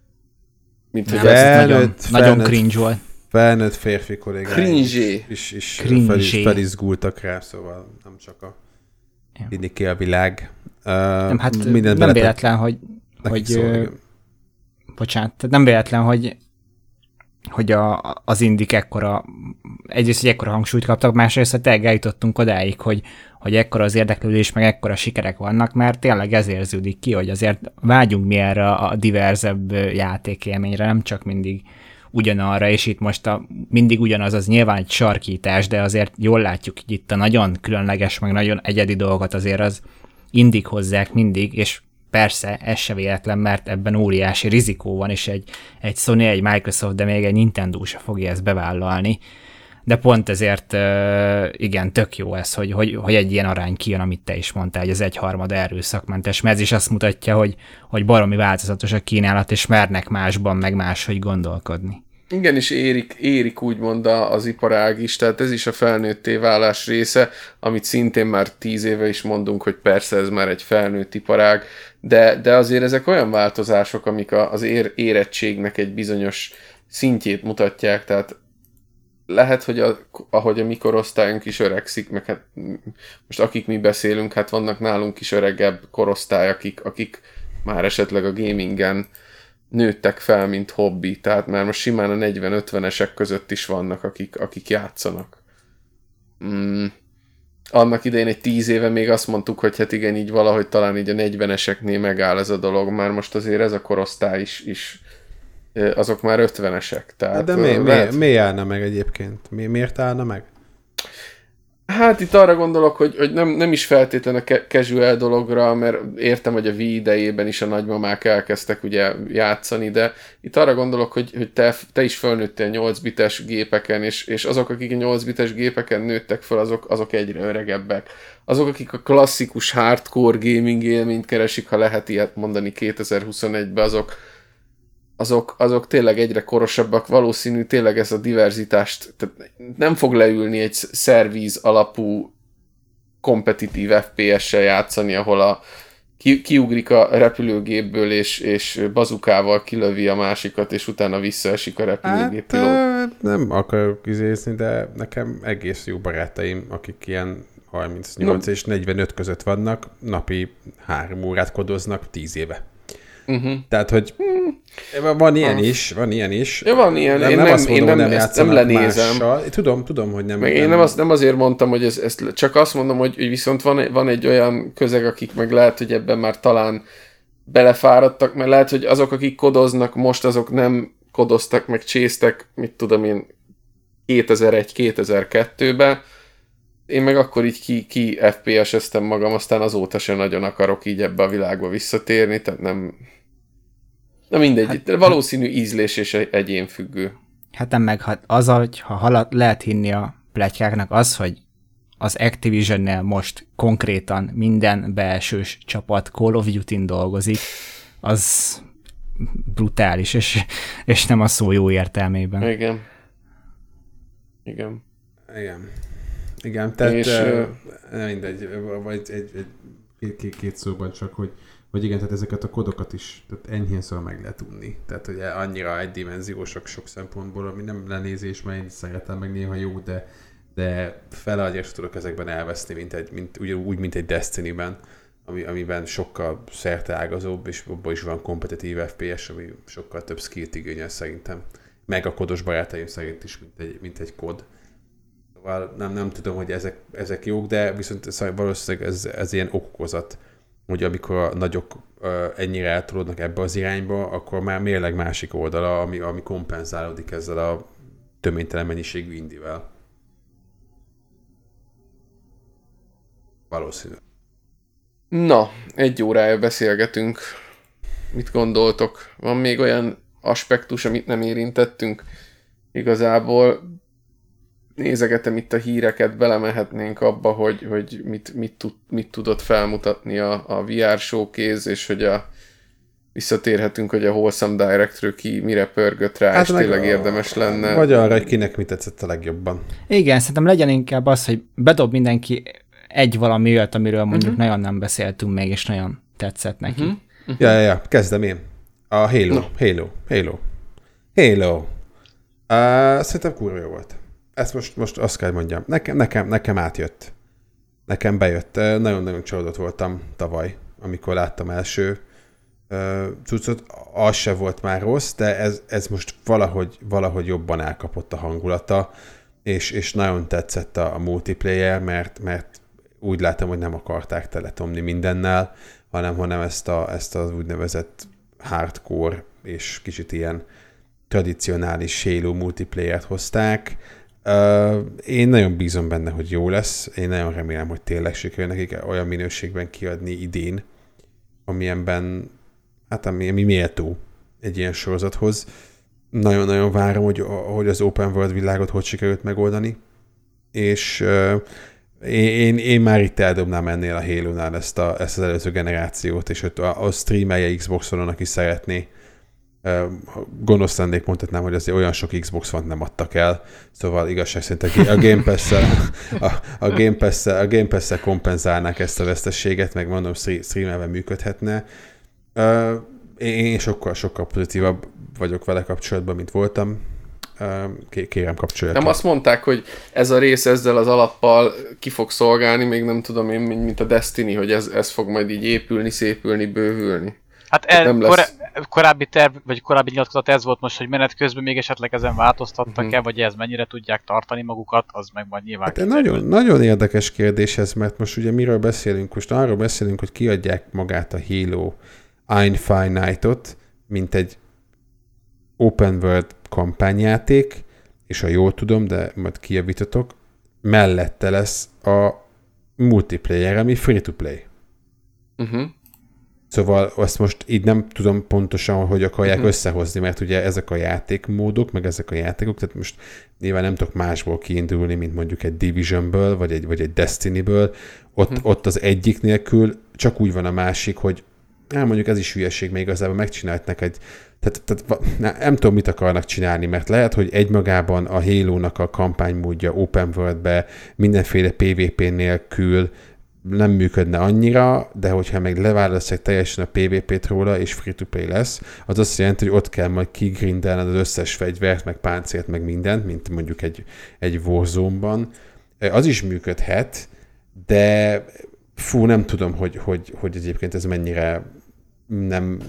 mint nem, hogy ez felnőtt, nagyon, felnőtt, nagyon cringe volt. Felnőtt férfi kollégák is, is, is fel, felizgultak rá, szóval nem csak a vinni ki a világ. Uh, nem, hát nem beletett, véletlen, hogy, hogy szól, bocsánat, nem véletlen, hogy hogy a, az indik ekkora, egyrészt, hogy ekkora hangsúlyt kaptak, másrészt, hogy tényleg eljutottunk odáig, hogy, hogy ekkora az érdeklődés, meg ekkora sikerek vannak, mert tényleg ez érződik ki, hogy azért vágyunk mi erre a diverzebb játékélményre, nem csak mindig ugyanarra, és itt most a, mindig ugyanaz, az nyilván egy sarkítás, de azért jól látjuk, hogy itt a nagyon különleges, meg nagyon egyedi dolgot azért az indik hozzák mindig, és persze, ez se véletlen, mert ebben óriási rizikó van, és egy, egy Sony, egy Microsoft, de még egy Nintendo se fogja ezt bevállalni. De pont ezért igen, tök jó ez, hogy, hogy, hogy egy ilyen arány kijön, amit te is mondtál, hogy az egyharmada erőszakmentes, mert ez is azt mutatja, hogy, hogy baromi változatos a kínálat, és mernek másban, meg máshogy gondolkodni. Igen, és érik, érik úgymond az iparág is, tehát ez is a felnőtté válás része, amit szintén már tíz éve is mondunk, hogy persze ez már egy felnőtt iparág, de, de azért ezek olyan változások, amik az ér, érettségnek egy bizonyos szintjét mutatják, tehát lehet, hogy a, ahogy a mi korosztályunk is öregszik, meg hát most akik mi beszélünk, hát vannak nálunk is öregebb korosztály, akik, akik már esetleg a gamingen nőttek fel, mint hobbi, tehát már most simán a negyven-ötvenesek között is vannak, akik, akik játszanak. Mm. Annak idején egy tíz éve még azt mondtuk, hogy hát igen, így valahogy talán így a negyveneseknél megáll ez a dolog, már most azért ez a korosztály is, is azok már ötvenesek. Tehát de mi, lehet... mi, mi állna meg egyébként? Mi, miért állna meg? Hát itt arra gondolok, hogy, hogy nem, nem is feltétlen a casual dologra, mert értem, hogy a Wii idejében is a nagymamák elkezdtek ugye játszani, de itt arra gondolok, hogy, hogy te, te is felnőttél nyolc bites gépeken, és, és azok, akik a nyolc bites gépeken nőttek fel, azok, azok egyre öregebbek. Azok, akik a klasszikus hardcore gaming élményt keresik, ha lehet ilyet mondani kétezer-huszonegyben, azok Azok, azok tényleg egyre korosabbak, valószínű tényleg ez a diverzitást, tehát nem fog leülni egy szervíz alapú kompetitív ef pé es-sel játszani, ahol a, ki, kiugrik a repülőgépből, és, és bazukával kilövi a másikat, és utána visszaesik a repülőgép. Hát, nem akarok izézni, de nekem egész jó barátaim, akik ilyen harmincnyolc no. és negyvenöt között vannak, napi három órát kodoznak tíz éve. Uh-huh. Tehát, hogy van ilyen is, van ilyen is. Ja, van ilyen. Nem, én nem, nem azt mondom, én nem, nem, nem lenézem. Mással. Tudom, tudom, hogy nem. Meg nem. Én nem, azt, nem azért mondtam, hogy ez, ezt, csak azt mondom, hogy, hogy viszont van, van egy olyan közeg, akik meg lehet, hogy ebben már talán belefáradtak, mert lehet, hogy azok, akik kodoznak most, azok nem kodoztak, meg csésztek, mit tudom én, kétezer-egy kétezer-kettőben. Én meg akkor így ki, ki ef pé es-eztem magam, aztán azóta sem nagyon akarok így ebbe a világba visszatérni, tehát nem... Na mindegy, hát, valószínű ízlés és egyén függő. Hát nem meg, az, hogy ha halad, lehet hinni a pletykáknak az, hogy az Activision-nél most konkrétan minden belsős csapat Call of Duty-n dolgozik, az brutális, és, és nem a szó jó értelmében. Igen. Igen. Igen. Igen, tehát és, uh, mindegy, vagy egy, egy, egy, két szóban csak, hogy, hogy igen, tehát ezeket a kodokat is tehát enyhén szóval meg lehet unni. Tehát hogy annyira egydimenziósak sok szempontból, ami nem lenézés, mert én szeretem meg néha jó, de, de felagyást tudok ezekben elveszni, mint egy, mint, úgy, úgy, mint egy Destiny-ben, ami, amiben sokkal szerteágazóbb, és abban is van kompetitív ef pé es, ami sokkal több skillt igényel szerintem. Meg a kodos barátaim szerint is, mint egy, mint egy kod. Szóval nem, nem tudom, hogy ezek, ezek jók, de viszont valószínűleg ez, ez ilyen okokozat, hogy amikor a nagyok uh, ennyire eltolódnak ebbe az irányba, akkor már mérleg másik oldala, ami, ami kompenzálódik ezzel a töménytelen mennyiségű indivel. Valószínű. Na, egy órája beszélgetünk. Mit gondoltok? Van még olyan aspektus, amit nem érintettünk? Igazából nézegetem itt a híreket, belemehetnénk abba, hogy, hogy mit, mit, tud, mit tudott felmutatni a, a vé er showcase, és hogy a, visszatérhetünk, hogy a Wholesome Directről ki mire pörgött rá, hát és tényleg a, érdemes lenne. Vagy arra, hogy kinek mit tetszett a legjobban. Igen, szerintem legyen inkább az, hogy bedob mindenki egy valami olyat, amiről mondjuk uh-huh. nagyon nem beszéltünk még, és nagyon tetszett neki. Uh-huh. Uh-huh. Ja, ja, ja, kezdem én. A Halo, no. Halo, Halo. Halo. Uh, szerintem kurva jó volt. Ezt most, most azt kell mondjam. Nekem, nekem, nekem átjött. Nekem bejött. Nagyon-nagyon csalódott voltam tavaly, amikor láttam első uh, cuccot. Az se volt már rossz, de ez, ez most valahogy, valahogy jobban elkapott a hangulata, és, és nagyon tetszett a, a multiplayer, mert, mert úgy látom, hogy nem akarták teletomni mindennel, hanem, hanem ezt, a, ezt az úgynevezett hardcore és kicsit ilyen tradicionális Halo multiplayert hozták. Uh, én nagyon bízom benne, hogy jó lesz. Én nagyon remélem, hogy tényleg sikerül nekik olyan minőségben kiadni idén, amilyenben, hát ami, ami méltó egy ilyen sorozathoz. Nagyon-nagyon várom, hogy, hogy az open world világot hogy sikerült megoldani. És uh, én, én már itt eldobnám ennél a Halo-nál ezt, a, ezt az előző generációt, és hogy a, a streamelje Xboxon, aki szeretné. Gonosz lennék, mondhatnám, hogy azért olyan sok Xbox One nem adtak el, szóval igazság szerint a Game Pass-szel a, a Game Pass-szel, a Game Pass-szel kompenzálnák ezt a vesztességet, meg mondom, streamelve működhetne. Én sokkal, sokkal pozitívabb vagyok vele kapcsolatban, mint voltam. Kérem, kapcsolják. Nem azt mondták, hogy ez a rész ezzel az alappal ki fog szolgálni, még nem tudom én, mint a Destiny, hogy ez, ez fog majd így épülni, szépülni, bővülni. Hát el, nem lesz... korá- korábbi terv, vagy korábbi nyilatkozat ez volt most, hogy menet közben még esetleg ezen változtattak-e, uh-huh. vagy ez mennyire tudják tartani magukat, az meg majd nyilván... Hát nagyon, nagyon érdekes kérdés ez, mert most ugye miről beszélünk? Most arról beszélünk, hogy kiadják magát a Halo Infinite-ot, mint egy open world kampányjáték, és ha jól tudom, de majd kijavítotok, mellette lesz a multiplayer, ami free-to-play. Uh-huh. Szóval azt most így nem tudom pontosan, hogy akarják uh-huh. összehozni, mert ugye ezek a játékmódok, meg ezek a játékok, tehát most nyilván nem tudok másból kiindulni, mint mondjuk egy Divisionből, vagy egy, vagy egy Destinyből. Ott, uh-huh. ott az egyik nélkül csak úgy van a másik, hogy hát mondjuk ez is hülyeség, mert igazából megcsináltnak egy tehát, tehát nem tudom, mit akarnak csinálni, mert lehet, hogy egymagában a Halo-nak a kampánymódja open world-be mindenféle pé vé pé nélkül nem működne annyira, de hogyha meg leválasztják teljesen a pé vé pét róla, és free-to-play lesz, az azt jelenti, hogy ott kell majd kigrindelned az összes fegyvert, meg páncélt, meg mindent, mint mondjuk egy, egy Warzone-ban. Az is működhet, de fú, nem tudom, hogy, hogy, hogy egyébként ez mennyire nem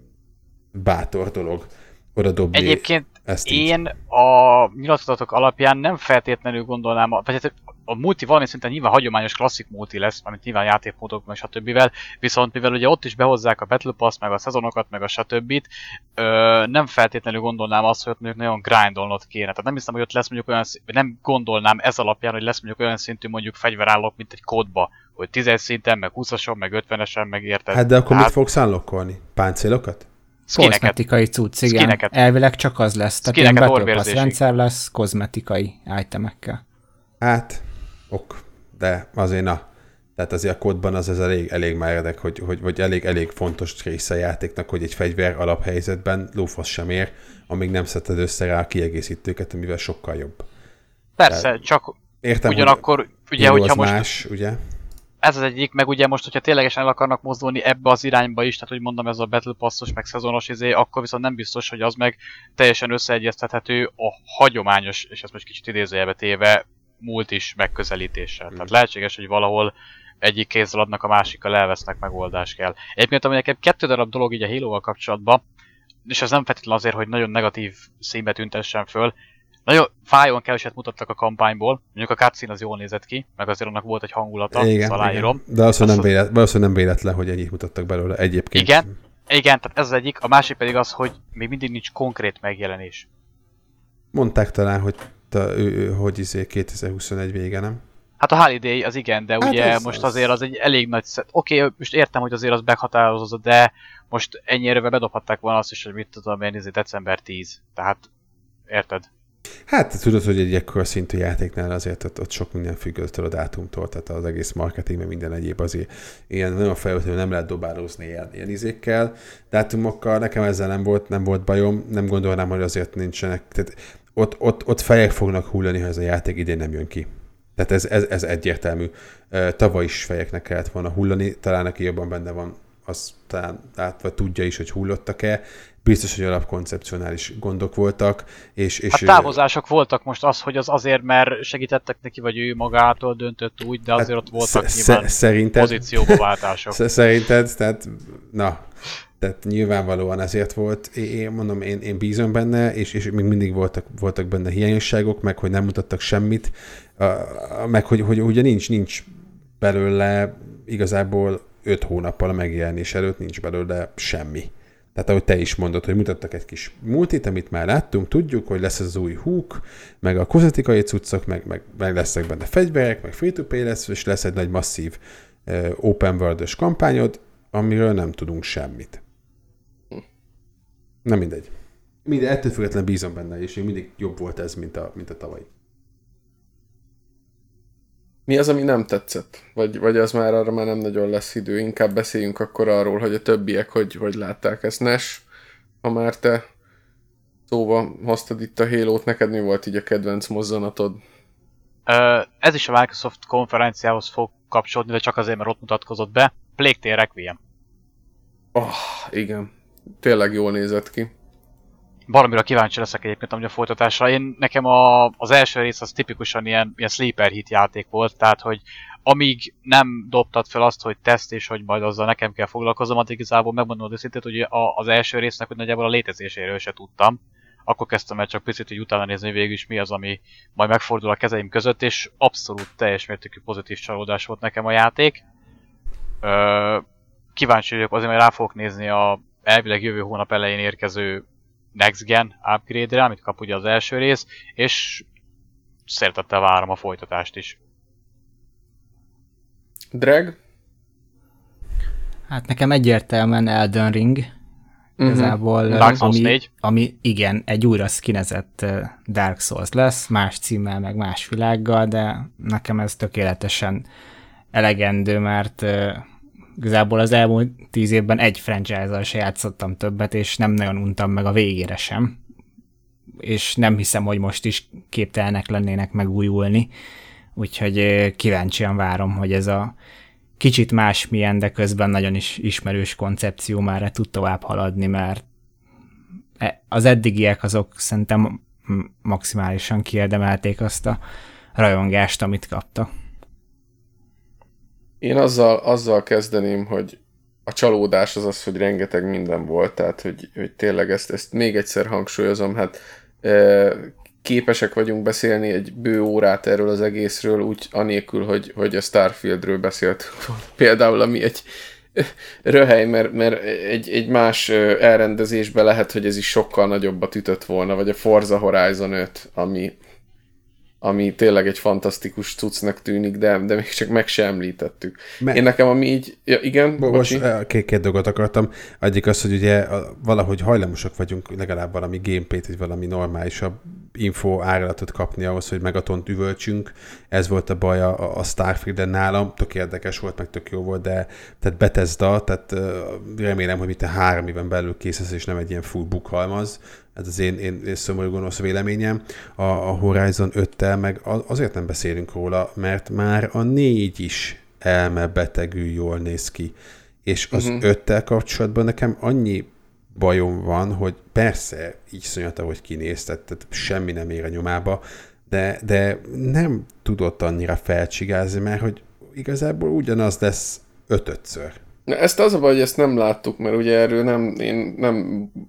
bátor dolog oda dobni. Egyébként ezt én a nyilatkozatok alapján nem feltétlenül gondolnám, vagy hát a multi valami szinten nyilván hagyományos klasszik multi lesz, amit nyilván játékmódokban és a többivel, viszont mivel ugye ott is behozzák a Battle Pass, meg a szezonokat, meg a stb. Nem feltétlenül gondolnám azt, hogy ott mondjuk nagyon grindolnod kéne. Tehát nem hiszem, hogy ott lesz mondjuk olyan, vagy nem gondolnám ez alapján, hogy lesz mondjuk olyan szintű mondjuk fegyverállók, mint egy kódba, hogy tízes szinten, meg húszason, meg ötvenesen, meg érted. Hát de akkor hát... mit fogsz unlockolni? Páncélokat? Kozmetikai cucc, igen. Skineket. Elvileg csak az lesz. Tehát ilyen Battle Pass rendszer lesz kozmetikai itemekkel. Hát, ok, de azért na. Tehát azért a kódban az, az elég, elég meredek, hogy, hogy, hogy elég, elég fontos része a játéknak, hogy egy fegyver alaphelyzetben lófasz sem ér, amíg nem szedted össze rá a kiegészítőket, amivel sokkal jobb. Persze, tehát, csak értem, ugyanakkor, ugye, hogyha most... más, ugye? Ez az egyik, meg ugye most, hogyha ténylegesen el akarnak mozdulni ebbe az irányba is, tehát hogy mondom, ez a Battle Passos, meg szezonos izé, akkor viszont nem biztos, hogy az meg teljesen összeegyeztethető a hagyományos, és ezt most kicsit idézőjelbe téve, multis megközelítéssel. Hmm. Tehát lehetséges, hogy valahol egyik kézzel adnak, a másikkal elvesznek, megoldás kell. Egyébként, ami nekem kettő darab dolog így a Halo-val kapcsolatban, és ez nem feltétlenül azért, hogy nagyon negatív színbe tüntessen föl, nagyon fájón keveset mutattak a kampányból, mondjuk a cutscene az jól nézett ki, meg azért annak volt egy hangulata, igen, aláírom. Igen. De azt nem, vélet, az... nem véletlen, hogy ennyit mutattak belőle egyébként. Igen, igen, tehát ez az egyik, a másik pedig az, hogy még mindig nincs konkrét megjelenés. Mondták talán, hogy, ta, ő, ő, hogy izé kétezer-huszonegy vége, nem? Hát a Holiday az igen, de hát ugye ez most az... azért az egy elég nagy szett. Oké, okay, most értem, hogy azért az meghatározza, de most ennyire bedobhatták volna azt is, hogy mit tudom én, ez december tíz. Tehát, érted? Hát tudod, hogy egy ekkora szintű játéknál azért ott, ott sok minden függ a dátumtól, tehát az egész marketing, meg minden egyéb azért ilyen nagyon felvetően nem lehet dobálózni ilyen, ilyen izékkel, dátumokkal. Nekem ezzel nem volt, nem volt bajom, nem gondolnám, hogy azért nincsenek. Tehát ott, ott, ott fejek fognak hullani, ha ez a játék idén nem jön ki. Tehát ez, ez, ez egyértelmű. Tavaly is fejeknek kellett volna hullani, talán aki jobban benne van, az talán át, vagy tudja is, hogy hullottak-e. Biztos, hogy alapkoncepcionális gondok voltak. És, és hát távozások ő... voltak most az, hogy az azért, mert segítettek neki, vagy ő magától döntött úgy, de azért hát ott voltak sz- nyilván szerinted... pozícióba váltások. Szerinted, tehát, na, tehát nyilvánvalóan ezért volt. Én mondom, én, én bízom benne, és, és még mindig voltak, voltak benne hiányosságok, meg hogy nem mutattak semmit, meg hogy, hogy ugye nincs, nincs belőle igazából öt hónappal a megjelenés előtt nincs belőle semmi. Tehát ahogy te is mondod, hogy mutattak egy kis multit, amit már láttunk, tudjuk, hogy lesz az új hook, meg a kozmetikai cuccok, meg, meg, meg lesznek benne fegyverek, meg free-to-play lesz, és lesz egy nagy masszív uh, open world-ös kampányod, amiről nem tudunk semmit. Nem mindegy. Minden, ettől függetlenül bízom benne, és még mindig jobb volt ez, mint a, mint a tavalyi. Mi az, ami nem tetszett? Vagy, vagy az már arra már nem nagyon lesz idő? Inkább beszéljünk akkor arról, hogy a többiek hogy, hogy látták ezt. Nes, ha már te szóba hoztad itt a Halo-t, neked mi volt így a kedvenc mozzanatod? Ez is a Microsoft konferenciához fog kapcsolódni, de csak azért, mert ott mutatkozott be. Plague Tale Requiem. Oh, igen. Tényleg jól nézett ki. Valamire kíváncsi leszek egyébként amúgy a folytatásra. Én, nekem a, az első rész az tipikusan ilyen, ilyen sleeper hit játék volt, tehát hogy amíg nem dobtad fel azt, hogy teszt és hogy majd azzal nekem kell foglalkozom, addig igazából megmondom az őszintén, hogy a, az első résznek hogy nagyjából a létezéséről se tudtam. Akkor kezdtem el csak picit, hogy utána nézni, hogy végül is mi az, ami majd megfordul a kezeim között, és abszolút teljes mértékű pozitív csalódás volt nekem a játék. Ö, kíváncsi vagyok azért, mert rá fogok nézni a elvileg jövő hónap elején érkező Next Gen upgrade-re, amit kap ugye az első rész, és szeretettel várom a folytatást is. Drag? Hát nekem egyértelműen Elden Ring. Igazából, Dark Souls ami, négy. ami igen, egy újra skinezett Dark Souls lesz, más címmel, meg más világgal, de nekem ez tökéletesen elegendő, mert igazából az elmúlt tíz évben egy franchise-al se játszottam többet, és nem nagyon untam meg a végére sem. És nem hiszem, hogy most is képtelenek lennének megújulni. Úgyhogy kíváncsian várom, hogy ez a kicsit másmilyen, de közben nagyon is ismerős koncepció már tud tovább haladni, mert az eddigiek azok szerintem maximálisan kiérdemelték azt a rajongást, amit kaptak. Én azzal, azzal kezdeném, hogy a csalódás az az, hogy rengeteg minden volt, tehát hogy, hogy tényleg ezt, ezt még egyszer hangsúlyozom, hát e, képesek vagyunk beszélni egy bő órát erről az egészről, úgy anélkül, hogy, hogy a Starfieldről beszélt például, ami egy röhely, mert, mert egy, egy más elrendezésben lehet, hogy ez is sokkal nagyobbat ütött volna, vagy a Forza Horizon öt, ami ami tényleg egy fantasztikus cuccnak tűnik, de, de még csak meg sem említettük. Me- Én nekem, ami így... Ja, igen, most két, két dolgot akartam. Egyik az, hogy ugye valahogy hajlamosak vagyunk legalább valami gameplayt, vagy valami normálisabb info áradat kapni ahhoz, hogy megatont üvöltsünk. Ez volt a baj a, a Starfield-en nálam. Tök érdekes volt, meg tök jó volt, de tehát Bethesda, tehát remélem, hogy itt a három éven belül kész ez, és nem egy ilyen full book halmaz. Ez az én, én, én szomorú gonosz véleményem. A, a Horizon öttel meg azért nem beszélünk róla, mert már a négy is elmebetegül jól néz ki. És az uh-huh. öttel kapcsolatban nekem annyi bajom van, hogy persze így szonyat, ahogy kinéz, tehát, tehát semmi nem ér a nyomába, de, de nem tudott annyira felcsigázni, mert hogy igazából ugyanaz lesz ötötször. Na, ezt az a baj, hogy ezt nem láttuk, mert ugye erről nem, én nem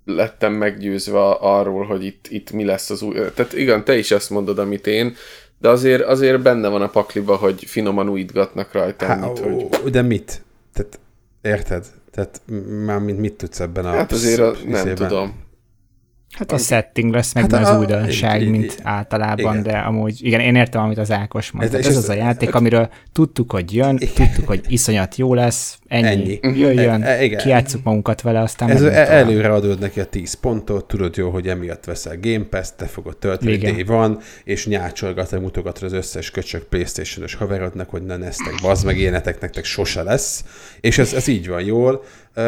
lettem meggyőzve arról, hogy itt, itt mi lesz az új... Tehát igen, te is ezt mondod, amit én, de azért, azért benne van a pakliba, hogy finoman újítgatnak rajta. Há, annyit, ó, hogy... De mit? Tehát, érted? Tehát már mit, mit tudsz ebben a... Hát azért a, nem tudom. Hát a setting lesz meg hát az újdonság, i- i- mint általában, igen. De amúgy, igen, én értem, amit az Ákos mondta. Ez, ez, ez az a játék, ez, amiről tudtuk, hogy jön, igen. Tudtuk, hogy iszonyat jó lesz, ennyi, ennyi. Jöjjön, e, e, kijátszuk magunkat vele, aztán ez e, előre adod neki a tíz pontot, tudod jó, hogy emiatt veszel Game Pass-t, te fogod tölteni, day van, és nyácsolgatod, mutogatod az összes köcsök PlayStation-os haverodnak, hogy ne neztek, bazd meg, ilyenetek nektek sose lesz, és ez, ez így van jól,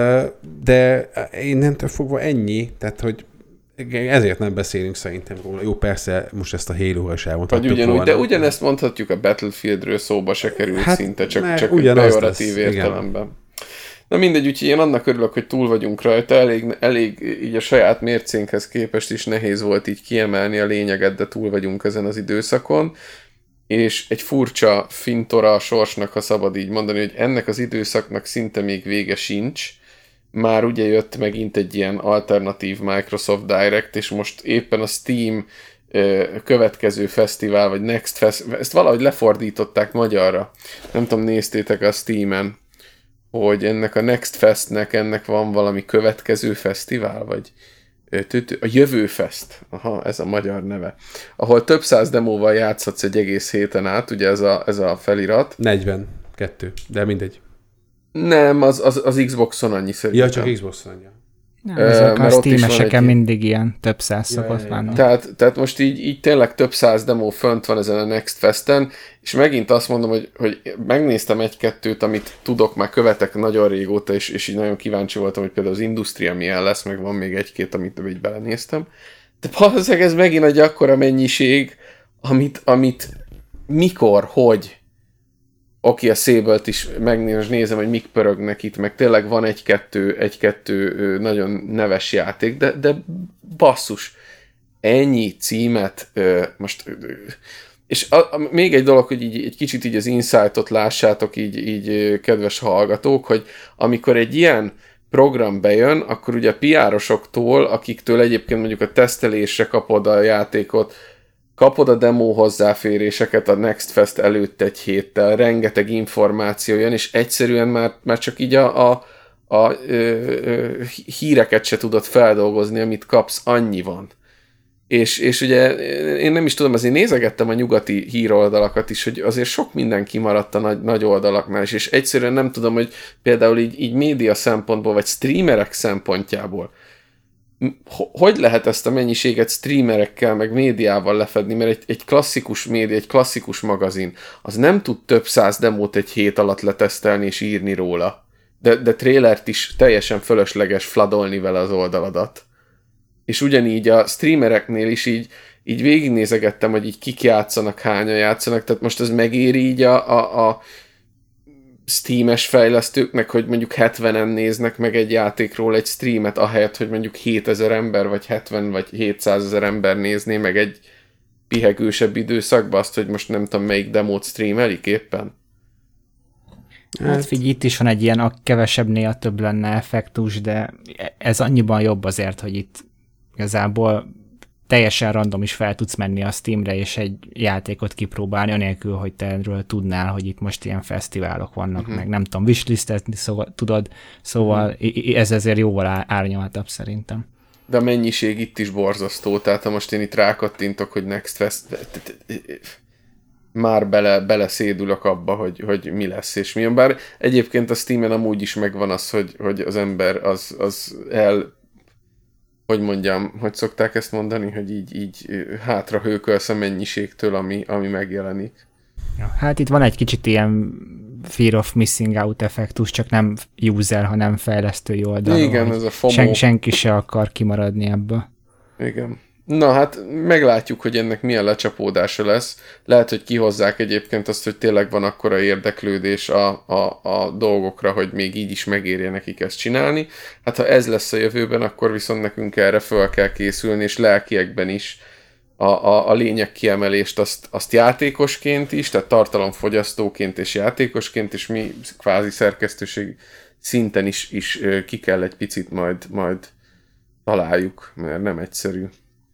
de innentől fogva ennyi, tehát, hogy ezért nem beszélünk szerintem róla. Jó, persze, most ezt a Halo-ra is elmondhatjuk ugyanúgy, volna. De ugyanezt mondhatjuk a Battlefieldről, szóba se került hát, szinte, csak, csak pejoratív értelemben. Igen. Na mindegy, úgyhogy én annak örülök, hogy túl vagyunk rajta, elég, elég így a saját mércénkhez képest is nehéz volt így kiemelni a lényeget, de túl vagyunk ezen az időszakon, és egy furcsa fintora a sorsnak, ha szabad így mondani, hogy ennek az időszaknak szinte még vége sincs. Már ugye jött megint egy ilyen alternatív Microsoft Direct, és most éppen a Steam következő fesztivál, vagy Next Fest, ezt valahogy lefordították magyarra. Nem tudom, néztétek a Steamen, hogy ennek a Next Festnek ennek van valami következő fesztivál, vagy a Jövő Fest, aha, ez a magyar neve, ahol több száz demóval játszhatsz egy egész héten át, ugye ez a, ez a felirat. negyvenkettő, de mindegy. Nem, az, az, az Xboxon annyi szerintem. Ja, csak Xboxon annyi. Nem, ezek a Steam-eseken mindig ilyen több száz ja, szokott lenni. Tehát, tehát most így, így tényleg több száz demo fönt van ezen a Next Festen, és megint azt mondom, hogy, hogy megnéztem egy-kettőt, amit tudok, már követek nagyon régóta, és, és így nagyon kíváncsi voltam, hogy például az Industria milyen lesz, meg van még egy-két, amit így belenéztem. De valószínűleg ez megint egy akkora mennyiség, amit, amit mikor, hogy oké, a Sable-t is megnézem, hogy mik pörögnek itt, meg tényleg van egy-kettő, egy-kettő nagyon neves játék, de, de basszus, ennyi címet most... És a, a, még egy dolog, hogy így, egy kicsit így az insight-ot lássátok így, így kedves hallgatók, hogy amikor egy ilyen program bejön, akkor ugye a pé er-osoktól, akiktől egyébként mondjuk a tesztelésre kapod a játékot, kapod a demo hozzáféréseket a Next Fest előtt egy héttel, rengeteg információ jön, és egyszerűen már, már csak így a, a, a, a, a híreket se tudod feldolgozni, amit kapsz, annyi van. És, és ugye én nem is tudom, azért nézegettem a nyugati híroldalakat is, hogy azért sok minden kimaradt a nagy, nagy oldalaknál is, és egyszerűen nem tudom, hogy például így, így média szempontból, vagy streamerek szempontjából hogy lehet ezt a mennyiséget streamerekkel, meg médiával lefedni, mert egy, egy klasszikus média, egy klasszikus magazin, az nem tud több száz demót egy hét alatt letesztelni és írni róla. De, de trailert is teljesen fölösleges fladolni vele az oldaladat. És ugyanígy a streamereknél is így, így végignézegettem, hogy így kik játszanak, hányan játszanak, tehát most ez megéri így a, a, a Steam-es fejlesztőknek, hogy mondjuk hetvenen néznek meg egy játékról egy streamet, ahelyett, hogy mondjuk hétezer ember, vagy hetven, vagy hétszázezer ember nézné meg egy pihegősebb időszakban azt, hogy most nem tudom, melyik demót streamelik éppen. Hát figyelj, itt is van egy ilyen, a kevesebbnél több lenne effektus, de ez annyiban jobb azért, hogy itt igazából teljesen random is fel tudsz menni a Steamre, és egy játékot kipróbálni, anélkül, hogy te erről tudnál, hogy itt most ilyen fesztiválok vannak, uh-huh. meg nem tudom, wishlistezni szóval, tudod, szóval uh-huh. ez ezért jóval árnyaltabb szerintem. De a mennyiség itt is borzasztó, tehát ha most én itt rákattintok, hogy Next Fest, már bele, beleszédülök abba, hogy, hogy mi lesz és milyen. Bár egyébként a Steamen amúgy is megvan az, hogy, hogy az ember az, az el, hogy mondjam, hogy szokták ezt mondani, hogy így, így hátra hőkölsz a mennyiségtől, ami, ami megjelenik. Ja, hát itt van egy kicsit ilyen fear of missing out effektus, csak nem user, hanem fejlesztői oldalon. Igen, ez a FOMO. Sen, senki se akar kimaradni ebből. Igen. Na hát meglátjuk, hogy ennek milyen lecsapódása lesz. Lehet, hogy kihozzák egyébként azt, hogy tényleg van akkora érdeklődés a, a, a dolgokra, hogy még így is megérje nekik ezt csinálni. Hát ha ez lesz a jövőben, akkor viszont nekünk erre föl kell készülni, és lelkiekben is a, a, a lényeg kiemelést azt, azt játékosként is, tehát tartalomfogyasztóként és játékosként, és mi kvázi szerkesztőség szinten is, is ki kell egy picit majd, majd találjuk, mert nem egyszerű.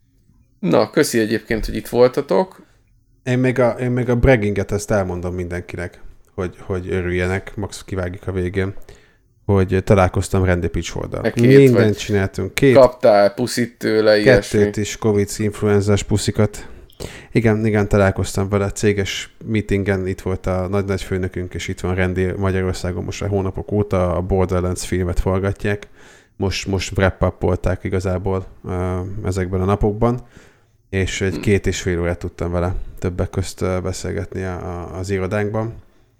Na, köszi egyébként, hogy itt voltatok. Én még a, én még a bragginget ezt elmondom mindenkinek, hogy, hogy örüljenek, max kivágjuk a végén, hogy találkoztam Randy Pitchforddal. Mindent csináltunk. Két, kaptál puszit tőle, ilyesmi. Kettőt ilyesmi. is, Covid influenzás puszikat. Igen, igen, találkoztam vele a céges meetingen, itt volt a nagy-nagy főnökünk, és itt van Randy Magyarországon most a hónapok óta, a Borderlands filmet forgatják. Most, most wrap-up-olták igazából uh, ezekben a napokban, és egy két és fél órát tudtam vele többek közt uh, beszélgetni a, a, az irodánkban.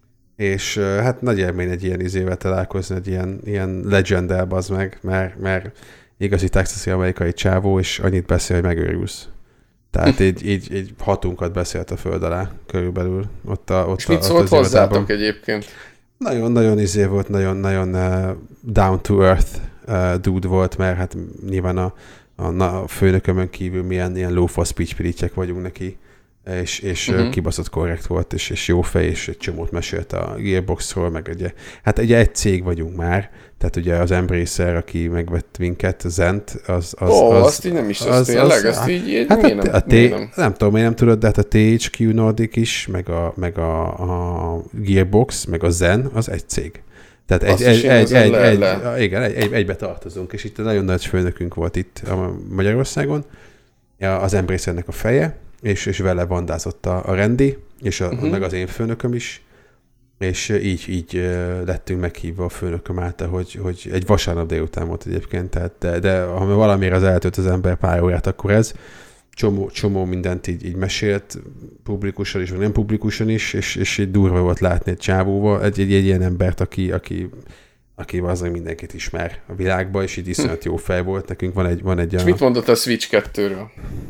És uh, hát nagy élmény egy ilyen izével találkozni, egy ilyen, ilyen legend-el bazd meg, mert, mert igazi texasi amerikai csávó, és annyit beszél, hogy megőrülsz. Tehát így, így, így hatunkat beszélt a föld alá körülbelül. Ott a, ott és a, mit szólt hozzátok egyébként? Nagyon-nagyon izé volt, nagyon-nagyon uh, down to earth uh, dude volt, mert hát nyilván a, a, a főnökömön kívül milyen ilyen low-fall speech pirítjek vagyunk neki, és, és uh-huh. kibaszott korrekt volt, és, és jó fej, és egy csomót mesélt a Gearboxról, meg ugye, hát ugye egy cég vagyunk már, tehát ugye az Embracer, aki megvett minket, Zent, az... az Ó, az, azt így nem is, az, az tényleg, azt így, így hát miért a, nem, a T, miért nem? Nem tudom, miért nem tudod, de hát a té há kú Nordic is, meg a, meg a, a Gearbox, meg a Zen, az egy cég. Tehát egy, egy, egy, egy, egy, le. Igen, egy, egy, egybe tartozunk, és itt nagyon nagy főnökünk volt itt Magyarországon, az Embracernek a feje, és, és vele bandázott a, a Randy, és a, uh-huh. meg az én főnököm is, és így, így lettünk meghívva a főnököm által, hogy, hogy egy vasárnap délután volt egyébként, tehát, de, de ha valamiért az eltölt az ember pár órát, akkor ez csomó, csomó mindent így, így mesélt, publikusan is, vagy nem publikusan is, és, és így durva volt látni egy csávóval, egy, egy, egy ilyen embert, aki, aki, aki az, mindenkit ismer a világban, és így iszonyat jó fej volt. Nekünk van egy... Van egy és a... mit mondott a Switch kettőről?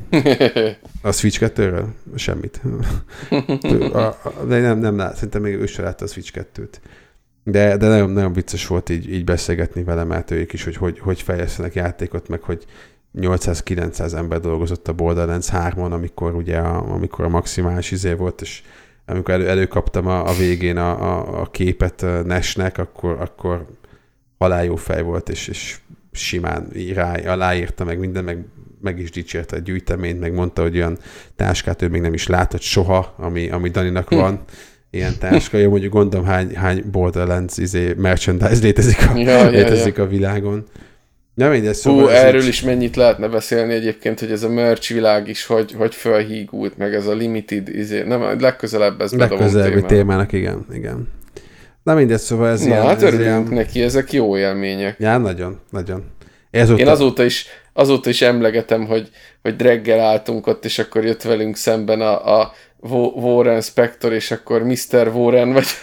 A Switch kettőről? Semmit. a, a, de nem, nem lát, szerintem még ő sem látta a Switch kettőt. De, de nagyon, nagyon vicces volt így, így beszélgetni vele, mert ők is, hogy hogy, hogy fejlesztenek játékot, meg hogy nyolcszáz-kilencszáz ember dolgozott a Borderlands hármon, amikor ugye a, amikor a maximális izé volt, és amikor elő, előkaptam a, a végén a, a, a képet Nesnek, akkor, akkor halál jó fej volt, és, és simán rá, aláírta meg minden, meg, meg is dicsérte a gyűjteményt, meg mondta, hogy olyan táskát ő még nem is látott soha, ami, ami Daninak van. Ilyen táska. Jó, mondjuk gondolom, hány, hány Borderlands izé, merchandise létezik a, ja, létezik ja, ja. a világon. Nem mindegy, szóval... Hú, erről így... is mennyit lehetne beszélni egyébként, hogy ez a merch világ is, hogy, hogy felhígult, meg ez a limited, izé, nem, legközelebb ez bedobom legközelebbi témának, igen, igen. Na mindegy, szóval ez Na, ilyen... hát örülünk ilyen... neki, ezek jó élmények. Ja, nagyon, nagyon. Ezóta... Én azóta is, azóta is emlegetem, hogy, hogy reggel álltunk ott, és akkor jött velünk szemben a, a Warren Spector, és akkor miszter Warren, vagy...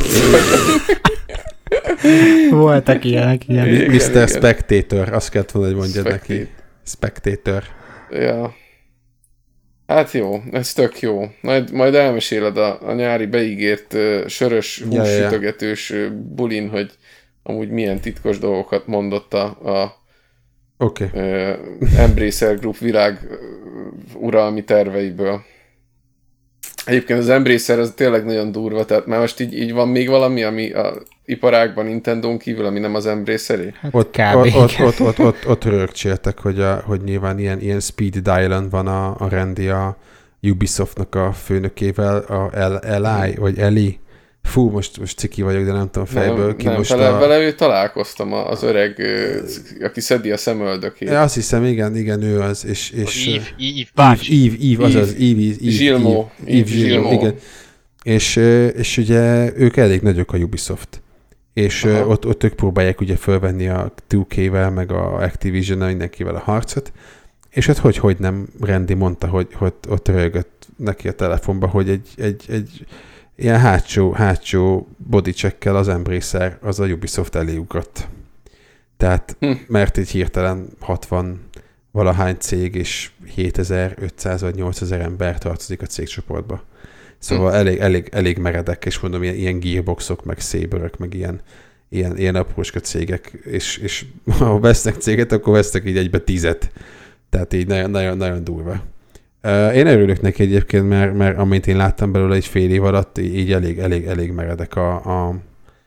Voltak ilyenek, ilyen. Igen, miszter Igen. Spectator, azt kellett volna, hogy mondjad Spectate. neki. Spectator. Ja. Hát jó, ez tök jó. Majd, majd elmeséled a, a nyári beígért uh, sörös, hússütögetős uh, bulin, hogy amúgy milyen titkos dolgokat mondott a, a okay. uh, Embracer Group világ uh, uralmi terveiből. Egyébként az Embracer az tényleg nagyon durva, tehát már most így, így van még valami, ami a iparágban Nintendón kívül, ami nem az Embraceré? Hát ott, ott, ott, ott, ott, ott, ott rögcséltek, hogy, a, hogy nyilván ilyen, ilyen speed dial-on van a, a Randy a Ubisoftnak a főnökével, a L I, vagy Eli. Fú, most, most ciki vagyok, de nem tudom fejből. Nem, ki nem most vele, a... vele ő találkoztam, az öreg, aki szedi a szemöldökét. Azt hiszem, igen, igen, ő az. És, és, Ív, Ív, bácsi. Ív, Ív, azaz, Ív, Ív, Zsilmó. Ív, Zsilmó, igen. És, és ugye ők elég nagyok a Ubisoft. És ott, ott ők próbálják ugye fölvenni a two K-vel, meg a Activision-nel, mindenkivel a harcot. És hát hogy, hogy nem, Randy mondta, hogy, hogy ott rögött neki a telefonba, hogy egy, egy, egy ilyen hátsó, hátsó bodycheckkel az Embracer az a Ubisoft elé ugrott. Tehát, hm. mert így hirtelen hatvan valahány cég és hétezer-ötszáz vagy nyolcezer ember tartozik a cégcsoportba. Szóval hm. elég, elég, elég meredek, és mondom, ilyen, ilyen gearboxok, meg Saberök, meg ilyen, ilyen, ilyen apróska cégek, és, és ha vesznek céget, akkor vesznek így egybe tízet. Tehát így nagyon, nagyon, nagyon durva. Uh, én örülök neki egyébként, mert, mert amint én láttam belőle egy fél év alatt, így elég, elég, elég meredek a, a,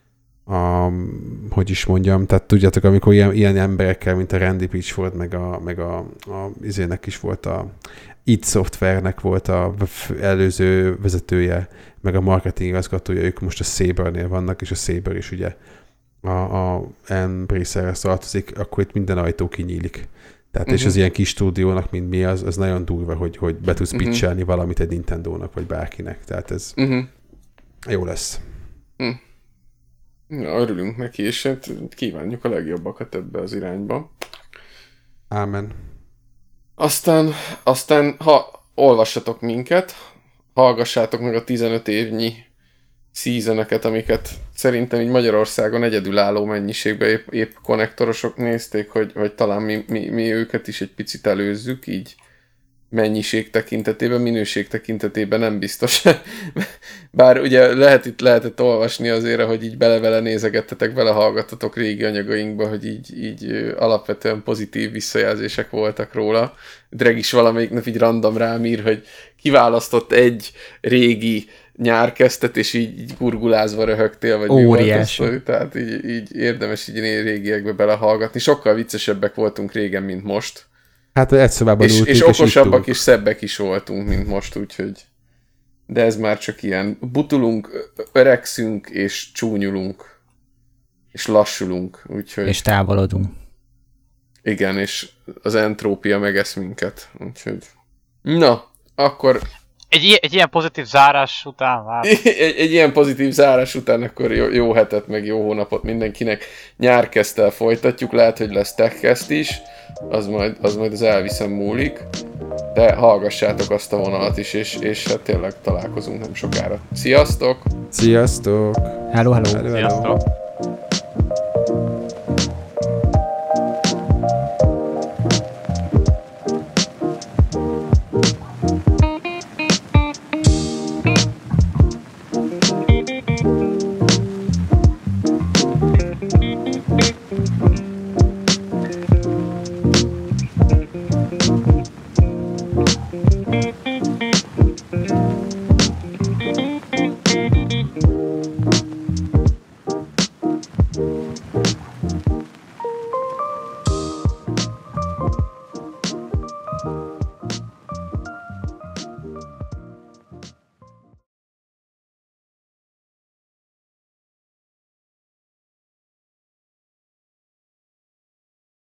a, hogy is mondjam, tehát tudjátok, amikor ilyen, ilyen emberekkel, mint a Randy Pitchford, meg a, meg a, a izének is volt a id Software-nek volt a előző vezetője, meg a marketing igazgatója, ők most a Sabernél vannak, és a Saber is ugye a, a Embracerhez tartozik, akkor itt minden ajtó kinyílik. Tehát uh-huh. és az ilyen kis stúdiónak, mint mi, az, az nagyon durva, hogy, hogy be tudsz uh-huh. pitchelni valamit egy Nintendónak, vagy bárkinek. Tehát ez uh-huh. jó lesz. Uh-huh. Na, örülünk neki, és hát kívánjuk a legjobbakat ebbe az irányba. Ámen. Aztán, aztán, ha olvassatok minket, hallgassátok meg a tizenöt évnyi seasonöket, amiket szerintem így Magyarországon egyedülálló mennyiségben épp, épp konnektorosok nézték, hogy, hogy talán mi, mi, mi őket is egy picit előzzük, így mennyiség tekintetében, minőség tekintetében nem biztos. Bár ugye lehet itt lehetett olvasni azért, hogy így bele-bele nézegettetek, belehallgattatok régi anyagainkba, hogy így, így alapvetően pozitív visszajelzések voltak róla. Dreg is valamelyik nap így random rám ír, hogy kiválasztott egy régi nyárkeztet, és így, így gurgulázva röhögtél, vagy óriás. Mi volt az, tehát így, így érdemes így régiekbe belehallgatni. Sokkal viccesebbek voltunk régen, mint most. Hát egy szobában és, ültünk, és okosabbak és, és szebbek is voltunk, mint most, úgyhogy de ez már csak ilyen butulunk, öregszünk, és csúnyulunk, és lassulunk, úgyhogy... És távolodunk. Igen, és az entrópia megesz minket, úgyhogy... Na, akkor... Egy, i- egy ilyen pozitív zárás után már... egy, egy ilyen pozitív zárás után akkor jó, jó hetet, meg jó hónapot mindenkinek. Nyárkezttel folytatjuk, lehet, hogy lesz techkeszt is, az majd, az majd az elviszem múlik, de hallgassátok azt a vonalat is, és, és hát tényleg találkozunk nem sokára. Sziasztok! Sziasztok! Hello, hello! hello, hello. Sziasztok!